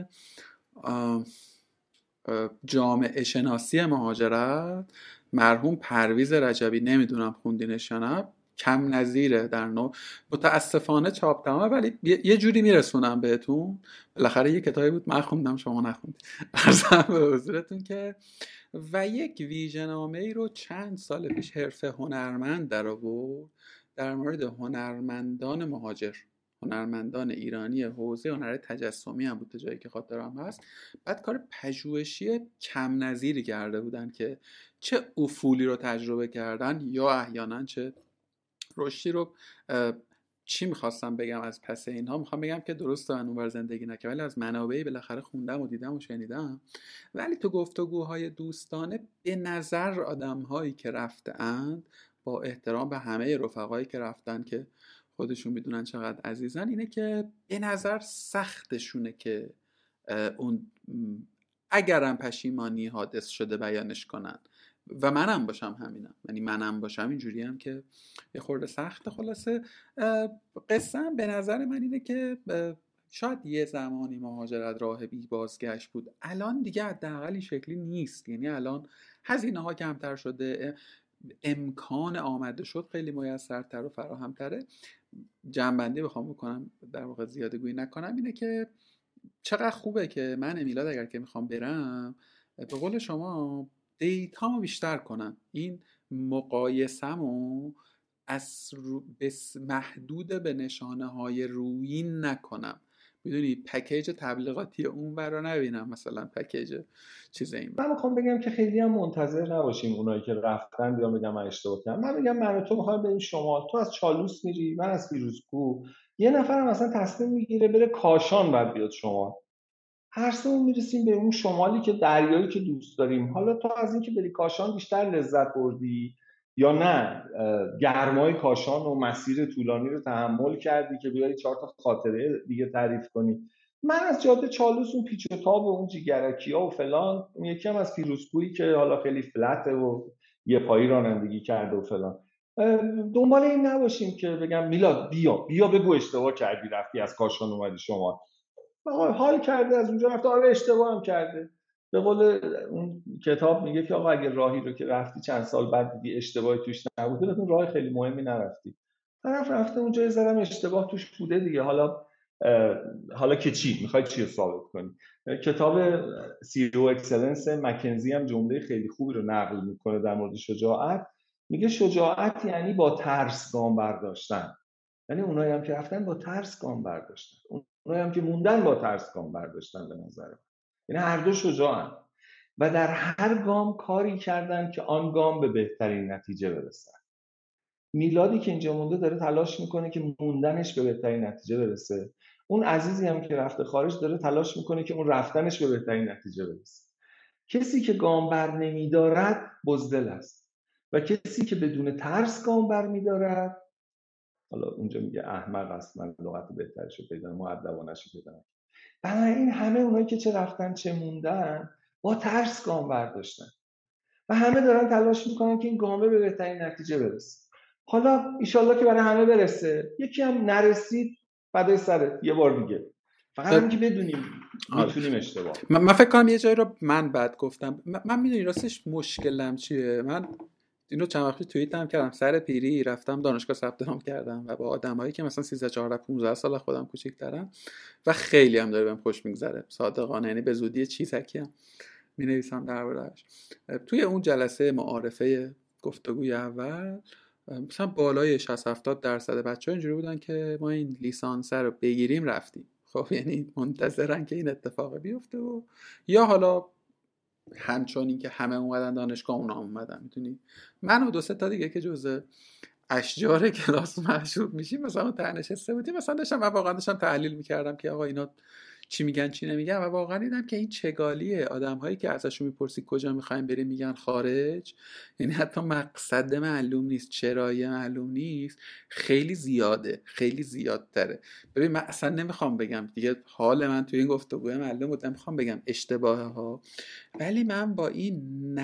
جامعه شناسی مهاجرت، مرحوم پرویز رجبی، نمیدونم خوندینش یا نه، کم نظیره در نوع، متاسفانه چاپ تمامه ولی یه جوری میرسونم بهتون، بالاخره یه کتابی بود من خوندم شما نخوندید. عرضم به حضورتون که و یک ویژه‌نامه ای رو چند سال پیش حرفه هنرمند در آورد در مورد هنرمندان مهاجر، هنرمندان ایرانی حوزه هنر تجسمی هم بود تا جایی که خاطرم هست. بعد کار پژوهشی کم نظیری کرده بودن که چه افولی رو تجربه کردن یا احیانا چه رشدی رو. چی میخواستم بگم از پس اینها؟ میخوام بگم که درسته من اونور زندگی نکردم ولی از منابعی بالاخره خوندم و دیدم و شنیدم. ولی تو گفتگوهای دوستانه به نظر آدمهایی که رفتند، با احترام به همه رفقایی که رفتن که خودشون میدونن چقدر عزیزن، اینه که به نظر سختشونه که اون اگرم پشیمانی حادث شده بیانش کنن و منم باشم همینم، یعنی منم باشم اینجوری هم که یه خورده سخته. خلاصه قصه به نظر من اینه که شاید یه زمانی مهاجرت راه بی بازگشت بود، الان دیگه حداقل این شکلی نیست، یعنی الان هزینه ها کمتر شده، امکان آمده شد خیلی میسرتر و فراهمتره. جنبندی بخوام بکنم، در واقع زیاده گویی نکنم، اینه که چقدر خوبه که من امیلاد اگر که میخوام برم به قول شما دیتامو بیشتر کنم، این مقایسمو از رو بس محدود به نشانه های رویین نکنم، میدونی پکیج تبلیغاتی اون برا نبینم، مثلا پکیج چیز این من میخوام بگم که خیلی هم منتظر نباشیم اونایی که رفتن بیان بگم من اشتباه کردم. من میگم من و تو میخوایم بریم شمال، تو از چالوس میری، من از فیروزکوه، یه نفرم مثلا تصمیم میگیره بره کاشان بعد بیاد شمال، هر سه میرسیم به اون شمالی که دریایی که دوست داریم. حالا تو از اینکه بری کاشان بیشتر لذت بردی یا نه گرمای کاشان و مسیر طولانی رو تحمل کردی که بیای چهار تا خاطره دیگه تعریف کنی. من از جاده چالوس اون پیچ و تاب و اون جیگرکیا و فلان، اون یکی هم از فیروزکویی که حالا خیلی فلته و یه پایی رانندگی کرده و فلان، دنبال این نباشیم که بگم میلاد بیا بیا بگو اشتباه کردی رفتی از کاشان اومدی شما، آقا حال کرده از اونجا رفته، آره اشتباه هم کرده. به قول اون کتاب میگه که آقا اگه راهی رو که رفتی چند سال بعد دیدی اشتباهی توش نبوده، مثلا راه خیلی مهمی نرفتی، طرف رفته اونجا یه ذره اشتباه توش بوده دیگه، حالا حالا که چی میخوای چی رو ثابت کنی. کتاب سی او اکسلنس مکنزی هم جمله خیلی خوبی رو نقل میکنه در مورد شجاعت، میگه شجاعت یعنی با ترس گام برداشتن، یعنی اونایی هم که رفتن با ترس گام برداشتن، اونایی هم که موندن با ترس گام برداشتن. به نظر من یعنی هر دو شجاعن و در هر گام کاری کردن که آن گام به بهترین نتیجه برسن. میلادی که اینجا مونده داره تلاش میکنه که موندنش به بهترین نتیجه برسه، اون عزیزی هم که رفته خارج داره تلاش میکنه که اون رفتنش به بهترین نتیجه برسه. کسی که گام بر نمیدارد بزدل است و کسی که بدون ترس گام بر میدارد، حالا اونجا میگه احمق است، من لغت بهترش رو پیدا مؤدبانه‌اش رو پیدا. بنابراین همه اونایی که چه رفتن چه موندن با ترس گام برداشتن و همه دارن تلاش میکنن که این گامه به بهترین نتیجه برسه. حالا ایشالله که برای همه برسه، یکی هم نرسید فدای سرت یه بار دیگه، فقط هم که بدونیم میتونیم اشتباه. من, من فکر کنم یه جایی رو من بد گفتم. من, من میدونی راستش مشکلم چیه؟ من اینو چند وقتی توییت هم کردم، سر پیری رفتم دانشگاه ثبت نام کردم و با آدمایی که مثلا سیزده چهارده پانزده سال خودم کوچیک‌ترن و خیلی هم داره بهم خوش میگذره صادقانه، یعنی به زودی چیزکی هم می‌نویسم درباره‌اش. توی اون جلسه معارفه گفتگوی اول مثلا بالای شصت هفتاد درصد بچه‌ها اینجوری بودن که ما این لیسانس رو بگیریم رفتیم، خب یعنی منتظرن که این اتفاق بیفته و یا حالا همچنین که همه اومدن دانشگاه اونا اومدن. میتونی من و دو سه تا دیگه که جزء اشجار کلاس محسوب میشیم مثلا اون تنشسته بودیم، مثلا داشتم من واقعا داشتم تحلیل میکردم که آقا اینا چی میگن چی نمیگن و واقعا دیدم که این چگالیه. آدم هایی که ازشون میپرسی کجا میخوایم بریم میگن خارج، یعنی حتی مقصد معلوم نیست، چرایی معلوم نیست، خیلی زیاده، خیلی زیادتره. ببین من اصلا نمیخوام بگم دیگه، حال من توی این گفتگوی معلوم بود، نمیخوام بگم اشتباه ها، ولی من با این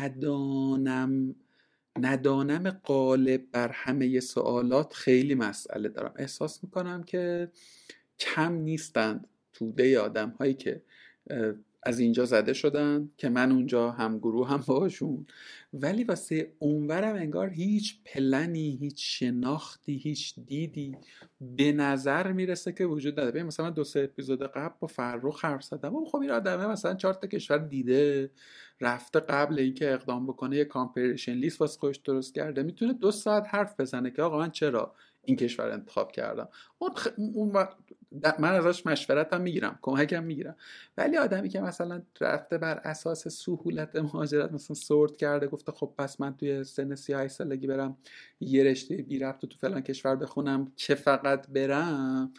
ندانم ندانم غالب بر همه سوالات خیلی مسئله دارم. احساس میکنم که کم نیستند توده آدم هایی که از اینجا زده شدن که من اونجا هم گروه هم باشون، ولی واسه اونورم انگار هیچ پلنی، هیچ شناختی، هیچ دیدی به نظر میرسه که وجود نداره. ببین مثلا دو سه اپیزود قبل با فرخ حرف زدم، خب این آدمه مثلا چهار تا کشور دیده، رفته قبل اینکه اقدام بکنه یه کامپریشن لیست واسه خودش درست کرده، میتونه دو ساعت حرف بزنه که آقا من چرا این کشور انتخاب کردم. اون, خ... اون من ازش مشورت هم میگیرم، کمک هم میگیرم، ولی آدمی که مثلا رفته بر اساس سهولت مهاجرت مثلا سورت کرده، گفته خب پس من توی سن سی و هشت سالگی برم یه رشته بی ربط تو فلان کشور بخونم که فقط برم،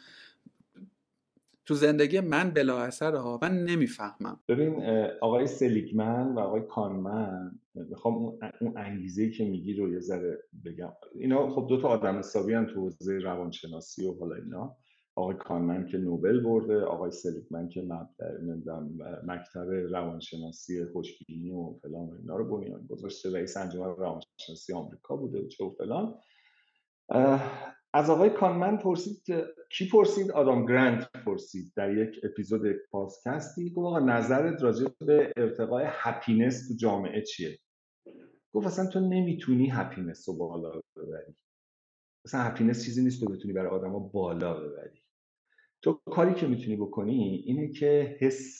تو زندگی من بلا اثره ها، من نمیفهمم. ببین آقای سلیگمن و آقای کانمن، میخوام اون انگیزه‌ای که میگی رو یه ذره بگم. اینا خب دو تا آدم حسابی ان تو حوزه روانشناسی و حالا اینا. آقای کانمن که نوبل برده، آقای سلیگمن که مکتب روانشناسی خوشبینی و فلان و اینا رو بنیان گذاشته، رئیس انجمن روانشناسی آمریکا بوده و چه و فلان. از آقای کانمن پرسید، کی پرسید؟ آدام گرانت پرسید در یک اپیزود پادکستی، گفت آقا نظرت راجع به ارتقای هپینس تو جامعه چیه؟ گفت اصلا تو نمیتونی هپینس رو بالا ببری، اصلا هپینس چیزی نیست تو بتونی برای آدما بالا ببری. تو کاری که میتونی بکنی اینه که حس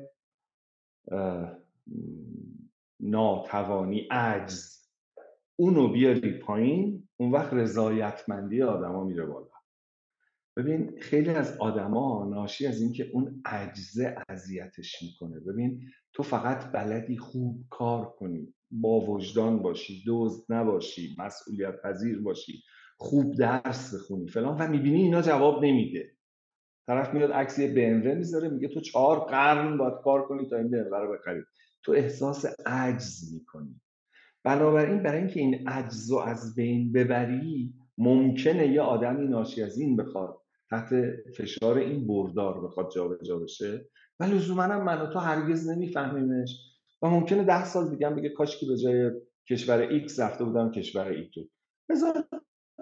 ناتوانی، عجز، اونو بیاری پایین، اون وقت رضایتمندی آدما میره بالا. ببین خیلی از آدما ناشی از این که اون عجزه اذیتش میکنه. ببین تو فقط بلدی خوب کار کنی، با وجدان باشی، دزد نباشی، مسئولیت پذیر باشی، خوب درس بخونی فلان، و میبینی اینا جواب نمیده. طرف میاد عکس یه بی ام دبلیو میذاره، میگه تو چهار قرن باید کار کنی تا این بی ام دبلیو رو بخری. تو احساس عجز میکنی. بنابراین برای اینکه این عجز رو از بین ببری، ممکنه یه آدمی ناشی از این بخواد تحت فشار این بردار بخواد جابجا بشه و لزوما هم من و تو هرگز نمیفهمیمش و ممکنه ده سال دیگه هم بگه کاش که به جای کشور ایکس رفته بودم کشور ایتو. بذار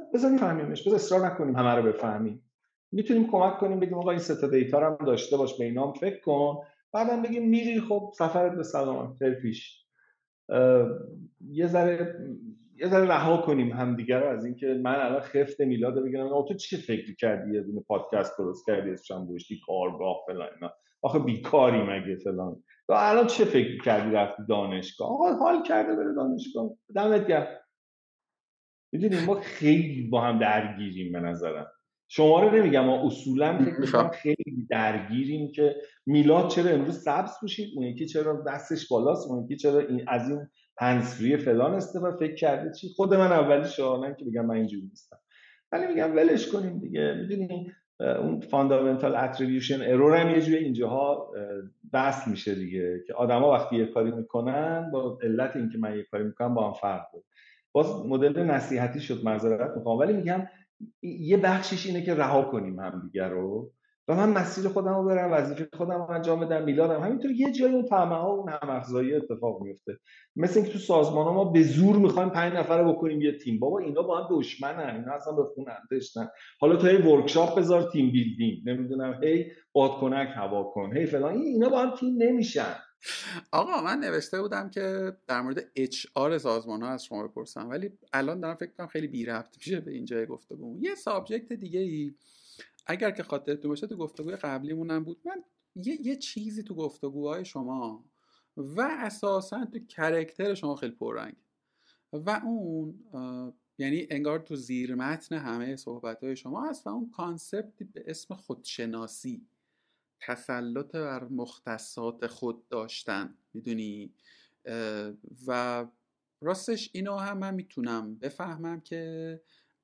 بذاریم فهمیمش، بذار اصرار نکنیم همه رو بفهمیم. میتونیم کمک کنیم بگیم آقا این سه تا دیتا رو هم داشته باش، به اینام فکر کن، بعدم بگیم میری خب سفرت به سلامت، خیر پیش. یه ذره یه ذره رها کنیم همدیگه رو از اینکه من الان خفت میلاد بگم آقا تو چه فکری کردی یه دونه پادکست درست کردی اسمش هم گوشتی کارگاه فلان اینا، آخه بیکاری مگه فلان، تو الان چه فکری کردی رفتی دانشگاه؟ آقا حال کرده بره دانشگاه، دمت گرم. میدونیم ما خیلی با هم درگیریم، به نظرم شما رو نمیگم، ما اصولا فکر میکنم خیلی درگیریم که میلاد چرا امروز سبز پوشید، اون یکی چرا دستش بالاست، اون یکی چرا این از این هندزفری فلان استفاده فکر کرده چی. خود من اولی شاهنم که بگم من اینجوری نیستم، ولی میگم ولش کنیم دیگه. میدونی اون فاندامنتال اتریبیوشن ارور هم یه جوری اینجاها بحث میشه دیگه، که آدما وقتی یه کاری میکنن با علت اینکه من یه کاری میکنم با هم فرق داره. باز مدل نصیحتی شد، معذرت میخوام، ولی میگم یه بخشش اینه که رها کنیم همدیگه رو و من مسیر خودم رو برم، وظیفه خودم رو انجام بدم، میلادم همینطور. یه جایی اون طمع ها و اون هم‌افزایی اتفاق میفته، مثل اینکه تو سازمان ها ما به زور میخوایم پنج نفر رو بکنیم یه تیم. بابا اینا با هم دشمنن، اینا اصلا به خون هم داشتن. حالا تو هی ورکشاپ بذار تیم بیلدینگ، نمیدونم هی بادکنک هوا کن، هی فلان، اینا با هم تیم نمیشن. آقا من نوشته بودم که در مورد اچ آر سازمان ها از شما بپرسم، ولی الان دارم فکر کنم خیلی بی ربط میشه به اینجای گفتگو. یه سابجکت دیگه ای اگر که خاطرتون باشه تو گفتگوی قبلیمون هم بود، من یه, یه چیزی تو گفتگوهای شما و اساسا تو کرکتر شما خیلی پررنگ و اون یعنی انگار تو زیر متن همه صحبت‌های شما هست و اون کانسپتی به اسم خودشناسی، تسلط بر مختصات خود داشتن، میدونی. و راستش اینو هم من میتونم بفهمم که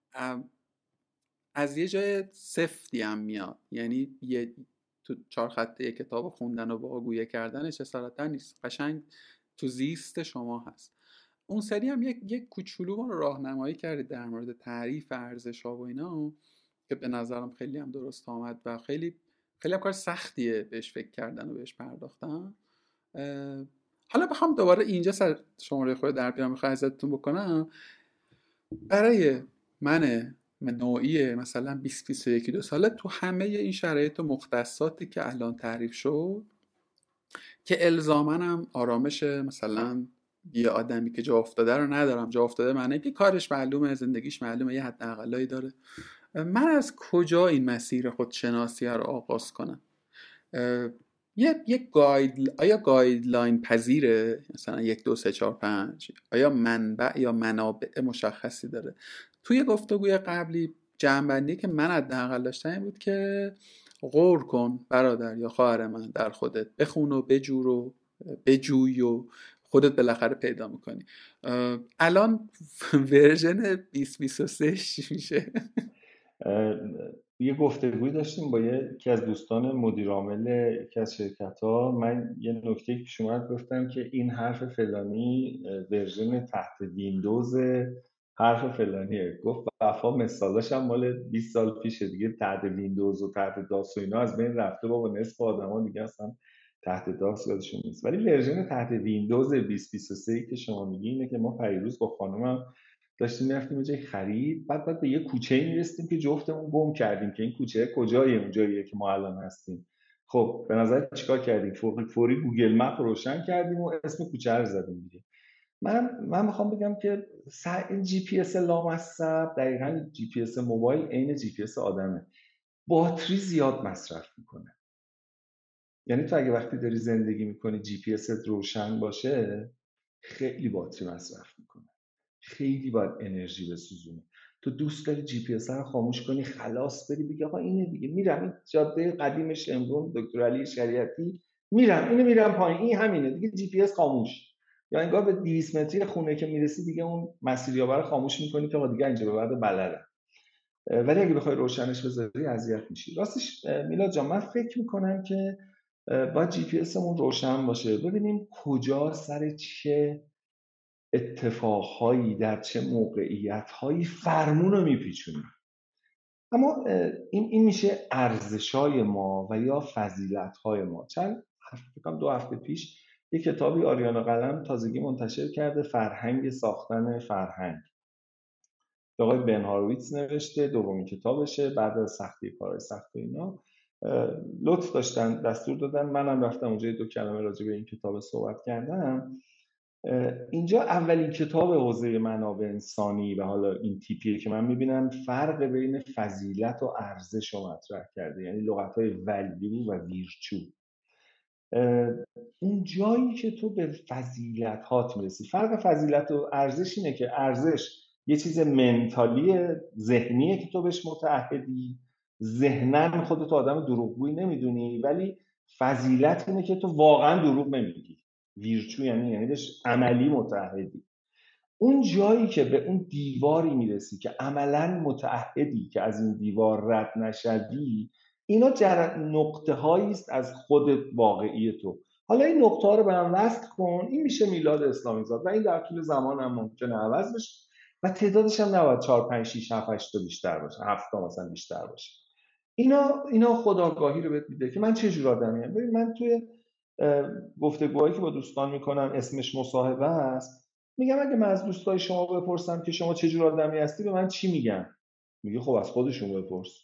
از یه جای سفتی هم میاد، یعنی یه تو چهار خطه یه کتاب خوندن و واگویه کردنش اصالتا نیست، قشنگ تو زیست شما هست. اون سری هم یک یک کوچولو ما رو راهنمایی کردید در مورد تعریف ارزش ها و اینا که به نظرم خیلی هم درست آمد و خیلی خیلی هم کار سختیه بهش فکر کردن و بهش پرداختن. حالا بخوام دوباره اینجا سر شماره خود در بیام میخوام ازتون بکنم، برای من نوعی مثلا بیست بیست و یک دو ساله تو همه این شرایط و مختصاتی که الان تعریف شد که الزامنم آرامش مثلا یه آدمی که جا افتاده رو ندارم. جا افتاده معنی که کارش معلومه، زندگیش معلومه، یه حد اقلایی داره. من از کجا این مسیر خودشناسی رو آغاز کنم؟ یه یک گاید آیا گایدلاین پذیره؟ مثلا یک دو سه چهار پنج؟ آیا منبع یا منابع مشخصی داره؟ توی گفتگوی قبلی جمع‌بندی که من حداقل داشتم این بود که غور کن برادر یا خواهر من در خودت، بخون و بجور و بجوی و خودت بالاخره پیدا میکنی. الان ورژن بیست بیست و سه چی میشه؟ یه گفتگوی داشتیم با یکی از دوستان مدیر عامل یکی از شرکت‌ها، من یه نکته پیش اومد گفتم که این حرف فلانی ورژن تحت ویندوز حرف فلانیه. گفت وفا مثالاش هم مال بیست سال پیشه دیگه، تحت ویندوز و تحت داس و اینا از بین رفته، بابا نصف آدما دیگه اصلا تحت داس یادشون نیست. ولی ورژن تحت ویندوز بیست بیست و سه که شما میگی اینه که ما پیروز با خانمم داشتیم میرفتیم جای خرید، بعد بعد به یه کوچه‌ای میرسیدیم که جفتمون گم کردیم که این کوچه کجایه، اونجاییه که ما الان هستیم. خب به نظر چیکار کردیم؟ فوری فوری گوگل مپ روشن کردیم و اسم کوچه رو زدیم دیگه. من من میخوام بگم که این جی پی اس لامصب دقیقاً جی پی اس موبایل عین جی پی اس آدمه، باتری زیاد مصرف میکنه. یعنی تو اگه وقتی داری زندگی میکنی جی پی اس روشن باشه خیلی باتری مصرف میکنه، خیلی باید انرژی بسوزونه. تو دوست داری جی پی اس رو خاموش کنی خلاص بری بگی آقا اینه دیگه، میرم این جاده قدیم شمرون دکتر علی شریعتی میرم اینو میرم پایین، این همینه دیگه، جی پی اس خاموش. یا انگار به دویست متری خونه که میرسی دیگه اون مسیریابر خاموش میکنی که آقا دیگه اینجا به بعد بلدم. ولی اگه بخوای روشنش بذاری اذیت میشی. راستش میلاد جان من فکر میکنم که باید جی پی اسمون روشن باشه، ببینیم کجا سر چه اتفاقهایی در چه موقعیتهایی فرمون رو میپیچونیم. اما این این میشه ارزش‌های ما و یا فضیلت‌های ما. چند هفته دو هفته پیش یک کتابی آریانا قلم تازگی منتشر کرده، فرهنگ ساختن فرهنگ. آقای بن هارویتز نوشته، دومین کتابشه بعد از سختی کارهای سخت و اینا. لطف داشتن دستور دادن، منم رفتم اونجا دو کلمه راجع به این کتاب صحبت کردم. اینجا اولین کتاب حوزه منابع انسانی و حالا این تیپیه که من میبینم فرق بین فضیلت و ارزش رو مطرح کرده، یعنی لغت‌های ولیو و ویرچو. اون جایی که تو به فضیلت هات میرسی، فرق فضیلت و ارزش اینه که ارزش یه چیز منتالی ذهنیه که تو بهش متعهدی، ذهنن خودت آدم دروغگویی نمیدونی، ولی فضیلت اینه که تو واقعا دروغ نمیگی. ویرچو یعنی یعنی بهش عملی متعهدی. اون جایی که به اون دیواری میرسی که عملا متعهدی که از این دیوار رد نشدی، اینا جر... نقطه هایی است از خود واقعی تو. حالا این نقطه ها رو به هم وصل کن، این میشه میلاد اسلامی زاد و این در طول زمان هم ممکنه عوض بشه و تعدادش هم نباید چهار پنج شش هفت هشت تا بیشتر باشه، هفت تا مثلا بیشتر باشه. اینا اینا خودآگاهی رو بهت میده که من چه جور آدمیم. ببین من توی گفتگوهایی که با دوستان میکنم اسمش مصاحبه است، میگم اگه من از دوستای شما بپرسم که شما چه جور آدمی هستی به من چی میگن؟ میگه خب از خودشون بپرس.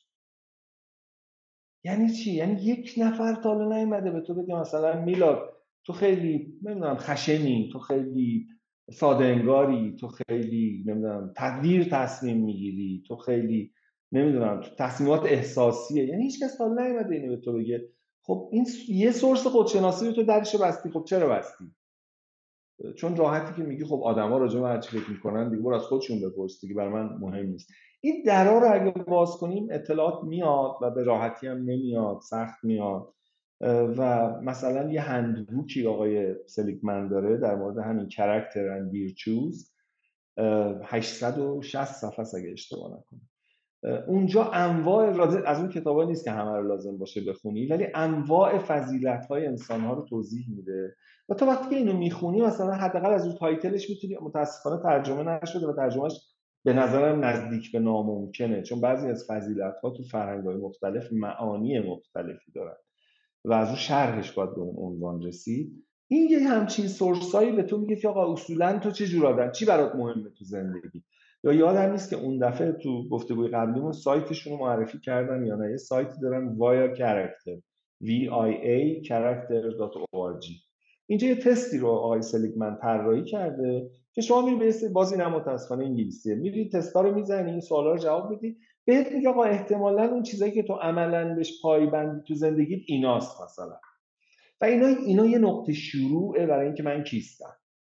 یعنی چی؟ یعنی یک نفر تا حالا نیومده به تو بگه مثلا میلاد تو خیلی نمیدونم خشنی، تو خیلی ساده انگاری، تو خیلی نمیدونم تدبیر تصمیم میگیری، تو خیلی نمیدونم تو تصمیمات احساسیه. یعنی هیچ کس تا حالا نیومده اینو به تو بگه. خب این یه سورس خودشناسی رو تو درش بستی. خب چرا بستی؟ چون راحتی که میگی خب آدما راجع به هر چی فکر میکنن دیگه برو از خودشون بپرس دیگه، برای من مهم نیست. این درا رو اگه باز کنیم اطلاعات میاد و به راحتی هم نمیاد، سخت میاد. و مثلا یه هندبوکی آقای سلیگمن داره در مورد همین کاراکتر اند ویرچوز، هشتصد و شصت صفحه است اگه اشتباه نکنم. اونجا انواع، از اون کتابا نیست که همه رو لازم باشه بخونی، ولی انواع فضیلت‌های انسان‌ها رو توضیح میده و تو وقتی که اینو میخونی مثلا حداقل از اون تایتلش میتونی، متاسفانه ترجمه نشده و ترجمهش به نظرم نزدیک به ناممکنه، چون بعضی از فضیلت‌ها تو فرهنگ‌های مختلف معانی مختلفی دارن و از اون شرحش باید به اون عنوان رسید. این یه همچین سورسایی به تو میگه که آقا اصولاً تو چه جور آدم، چی برات مهمه تو زندگی. یا یادم نیست که اون دفعه تو گفتگوی قبلیمون سایتشون رو معرفی کردن یا نه، یه سایتی دارن وایا کاراکتر وی آی ای کاراکتر دات او آر جی. اینجا یه تستی رو آقای سلیگمن طراحی کرده که شما میری به بازی نه متاسفانه انگلیسیه، میری تستا رو میزنی، این سوالا رو جواب میدی، بهت میگه آقا احتمالاً اون چیزایی که تو عملاً بهش پایبندی تو زندگیت ایناست مثلا. و اینا اینا یه نقطه شروعه برای اینکه من کیستم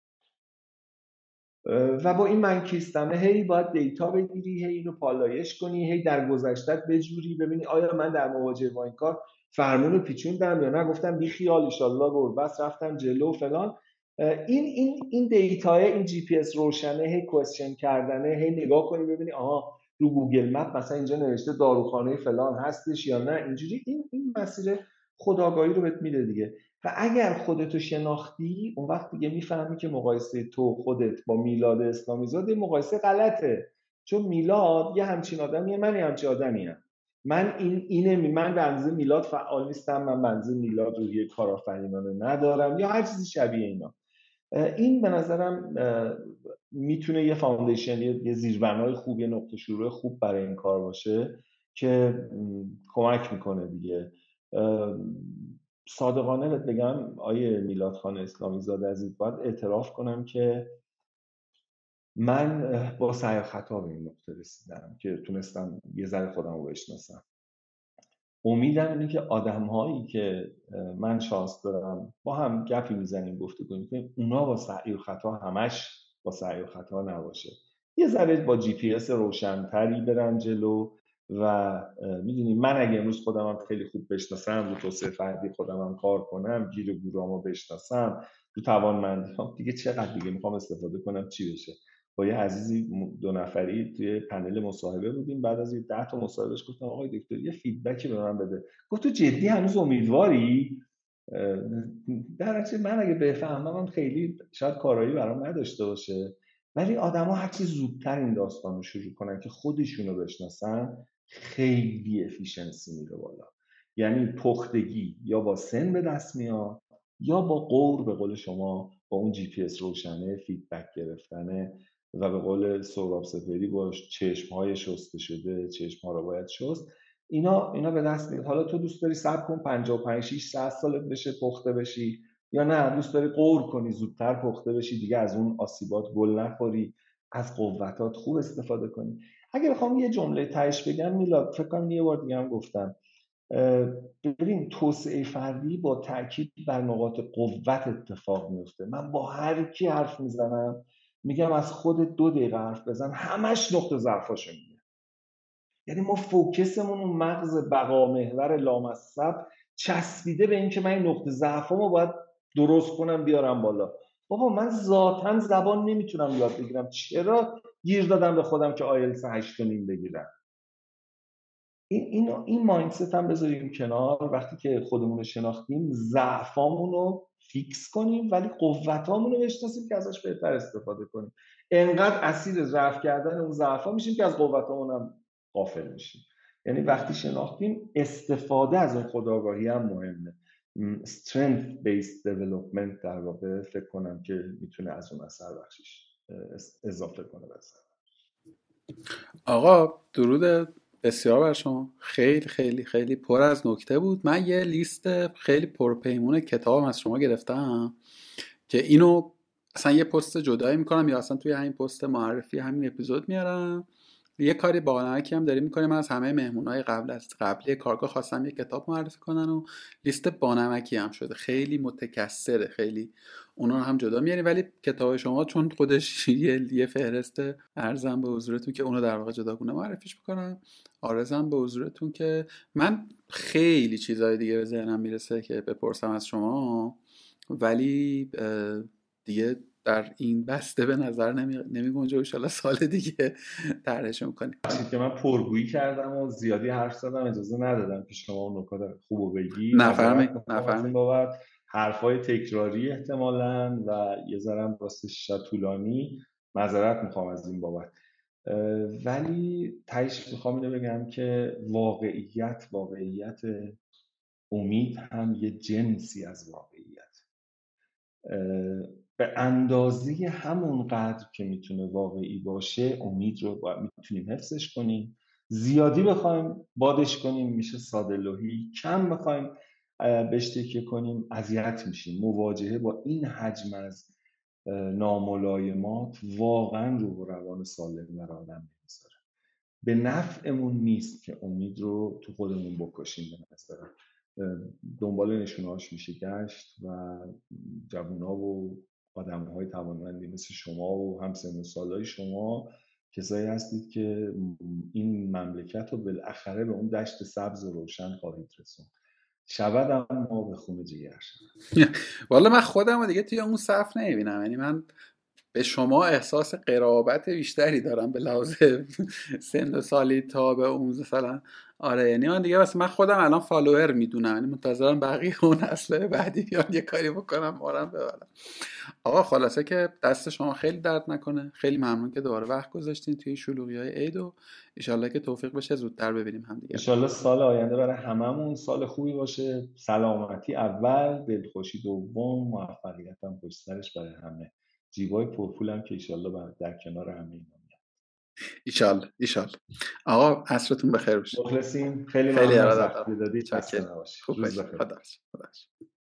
و با این من کیستمه هی باید دیتا بگیری، هی اینو پالایش کنی، هی در گذشتت بجوری ببینی آیا من در مواجهه با این کار فرمون پیچوندم یا نه، گفتم بی خیال ان شاء الله گربس رفتم جلو فلان. این این این دیتا، این جی پی اس روشنه، هی کوئسچن کردنه، هی نگاه کنی ببینی آها رو گوگل مپ مثلا اینجا نوشته داروخانه فلان هستش یا نه، اینجوری این این مسیر خودآگاهی رو بهت میده دیگه. و اگر خودتو شناختی اون وقت دیگه میفهمی که مقایسه تو خودت با میلاد اسلامی زاد یه مقایسه غلطه، چون میلاد یه همچین آدمیه، من یه همچین آدمیم. من این اینه من به اندازه میلاد فعال نیستم، من به اندازه میلاد روحیه کارآفرینانه ندارم یا هر چیزی شبیه اینا. این به نظرم میتونه یه فاندیشن، یه زیربنای خوب، یه نقطه شروع خوب برای این کار باشه که کمک میکنه دیگه. صادقانه بهت بگم آیه میلاد خان اسلامی زاده عزیز، باید اعتراف کنم که من با سعی و خطا به این نقطه رسیدم که تونستم یه ذره خودم رو بشناسم. امیدم اینه که آدم‌هایی که من شانس دارم با هم گپی میزنیم، گفتگو می‌کنیم، اونا با سعی و خطا همش با سعی و خطا نباشه، یه ذره با جی پی اس روشن‌تری برن جلو. و میدونی من اگه امروز خودم هم خیلی خوب بشناسم، رو توسعه فردی خودم هم کار کنم، گیر و گورامو بشناسم، رو توانمندیام، دیگه چقدر دیگه میخوام استفاده کنم چی بشه. با یه عزیزی دو نفری توی پنل مصاحبه بودیم، بعد از یه ده تا مصاحبهش گفتم آقای دکتر یه فیدبکی به من بده. گفت تو جدی هنوز امیدواری؟ در نتیجه من اگه بفهمم خیلی شاید کارایی برام نداشته باشه، ولی آدما هر چی زودتر این داستان رو شروع کنن که خودشونو بشناسن خیلی افیشنسی میره بالا. یعنی پختگی یا با سن به دست میاد یا با قور، به قول شما با اون جی پی اس روشنه، فیدبک گرفتنه. و به قول سهراب سپهری باش چشم‌های شسته شده، چشم‌ها رو باید شست. اینا اینا به دست میاد. حالا تو دوست داری صبر کن پنجاه و پنج شصت صد سالت بشه پخته بشی، یا نه دوست داری قور کنی زودتر پخته بشی، دیگه از اون آسیبات گل نخوری، از قوتات خوب استفاده کنی. اگه بخوام یه جمله تهش بگم میلاد، فکر کنم یه بار دیگه هم گفتم، ببین توسعه فردی با تاکید بر نقاط قوت اتفاق میفته. من با هر کی حرف میزنم میگم از خود دو دقیقه حرف بزن همش نقطه ضعفاشو میگه. یعنی ما فوکسمون اون مغز بقا محور لامصب چسبیده به این که من این نقطه ضعفامو باید درست کنم بیارم بالا. بابا من ذاتاً زبان نمیتونم یاد بگیرم، چرا گیر دادم به خودم که آیلتس هشت و نیم بگیرم؟ این این این مایندست هم بذاریم کنار. وقتی که خودمون رو شناختیم ضعفامون رو فیکس کنیم، ولی قوتامون رو بشناسیم که ازش بهتر استفاده کنیم. انقدر اسیر ضعف کردن اون ضعفا میشیم که از قوتامون هم غافل میشیم. یعنی وقتی شناختیم استفاده از اون خودآگاهی هم مهمه. strength based development در واقع فکر کنم که میتونه از اون اثر بخشش اضافه کنه بسن. آقا درود بسیار بر شما، خیلی خیلی خیلی پر از نکته بود. من یه لیست خیلی پرپیمون کتابم از شما گرفتم که اینو اصلا یه پست جدایی میکنم یا اصلا توی همین پست معرفی همین اپیزود میارم. یه کاری با نمکی هم داریم میکنیم، از همه مهمونای قبل از قبلی کارگاه خواستم یه کتاب معرفی کنن و لیست بانمکی هم شده، خیلی متکثره، خیلی اونا رو هم جدا میاریم. ولی کتاب شما چون خودش یه یه فهرسته، ارزم به حضورتون که اونو در واقع جداگونه معرفیش میکنم. آرزم به حضورتون که من خیلی چیزای دیگه به ذهنم میرسه که بپرسم از شما، ولی دیگه در این بسته به نظر نمی, نمی گنجه. ان شاءالله سال دیگه طرحش می‌کنیم. چیزی که من پرگویی کردم و زیادی حرف زدم، اجازه ندادم که شما اون نکات خوبو بگی. نفرمایید نفرمایید. بابت حرفای تکراری احتمالاً و یه ذره راستش طولانی، معذرت میخوام از این بابت. ولی تهش میخوام اینو بگم که واقعیت واقعیت امید هم یه جنسی از واقعیت، به اندازه همون قدر که میتونه واقعی باشه امید رو باید میتونیم حفظش کنیم. زیادی بخوایم بادش کنیم میشه ساده لوحی، کم بخوایم بهش تکیه کنیم اذیت میشیم. مواجهه با این حجم از ناملایمات واقعا روح و روان سالم در آدم نمیذاره. به نفعمون نیست که امید رو تو خودمون بکشیم. به نظرم دنبال نشونهاش میشه گشت و جوونا و آدم‌های توانمندی مثل شما و همسن و سالای شما کسایی هستید که این مملکت رو بالاخره به اون دشت سبز و روشن خواهید رسوند. شود اما به خون جگر شد. والا من خودم رو دیگه توی اون صف نمیبینم. یعنی من به شما احساس قرابت بیشتری دارم به لحاظ سن و سالی تا به اون مثلا. آره یعنی من دیگه بس من خودم الان فالوور میدونم، یعنی منتظرم بقیه اون نسل بعدی بیان یه کاری بکنم مارم ببرم. آقا خلاصه که دست شما خیلی درد نکنه، خیلی ممنون که دوباره وقت گذاشتین توی شلوغی‌های عید و ان که توفیق بشه زودتر ببینیم هم دیگه. ان سال آینده برای هممون سال خوبی باشه. سلامتی اول، دلخوشی دوم، موفقیت هم پشت سرش برای همه. جیبای پرپولم که ان در کنار همه اینا میاد. ایشالله ایشالله. آقا عصرتون بخیر باشه. مخلصیم. خیلی خیلی ممنون از وقتی دادید. خسته نباشید. روز بخیر. خدا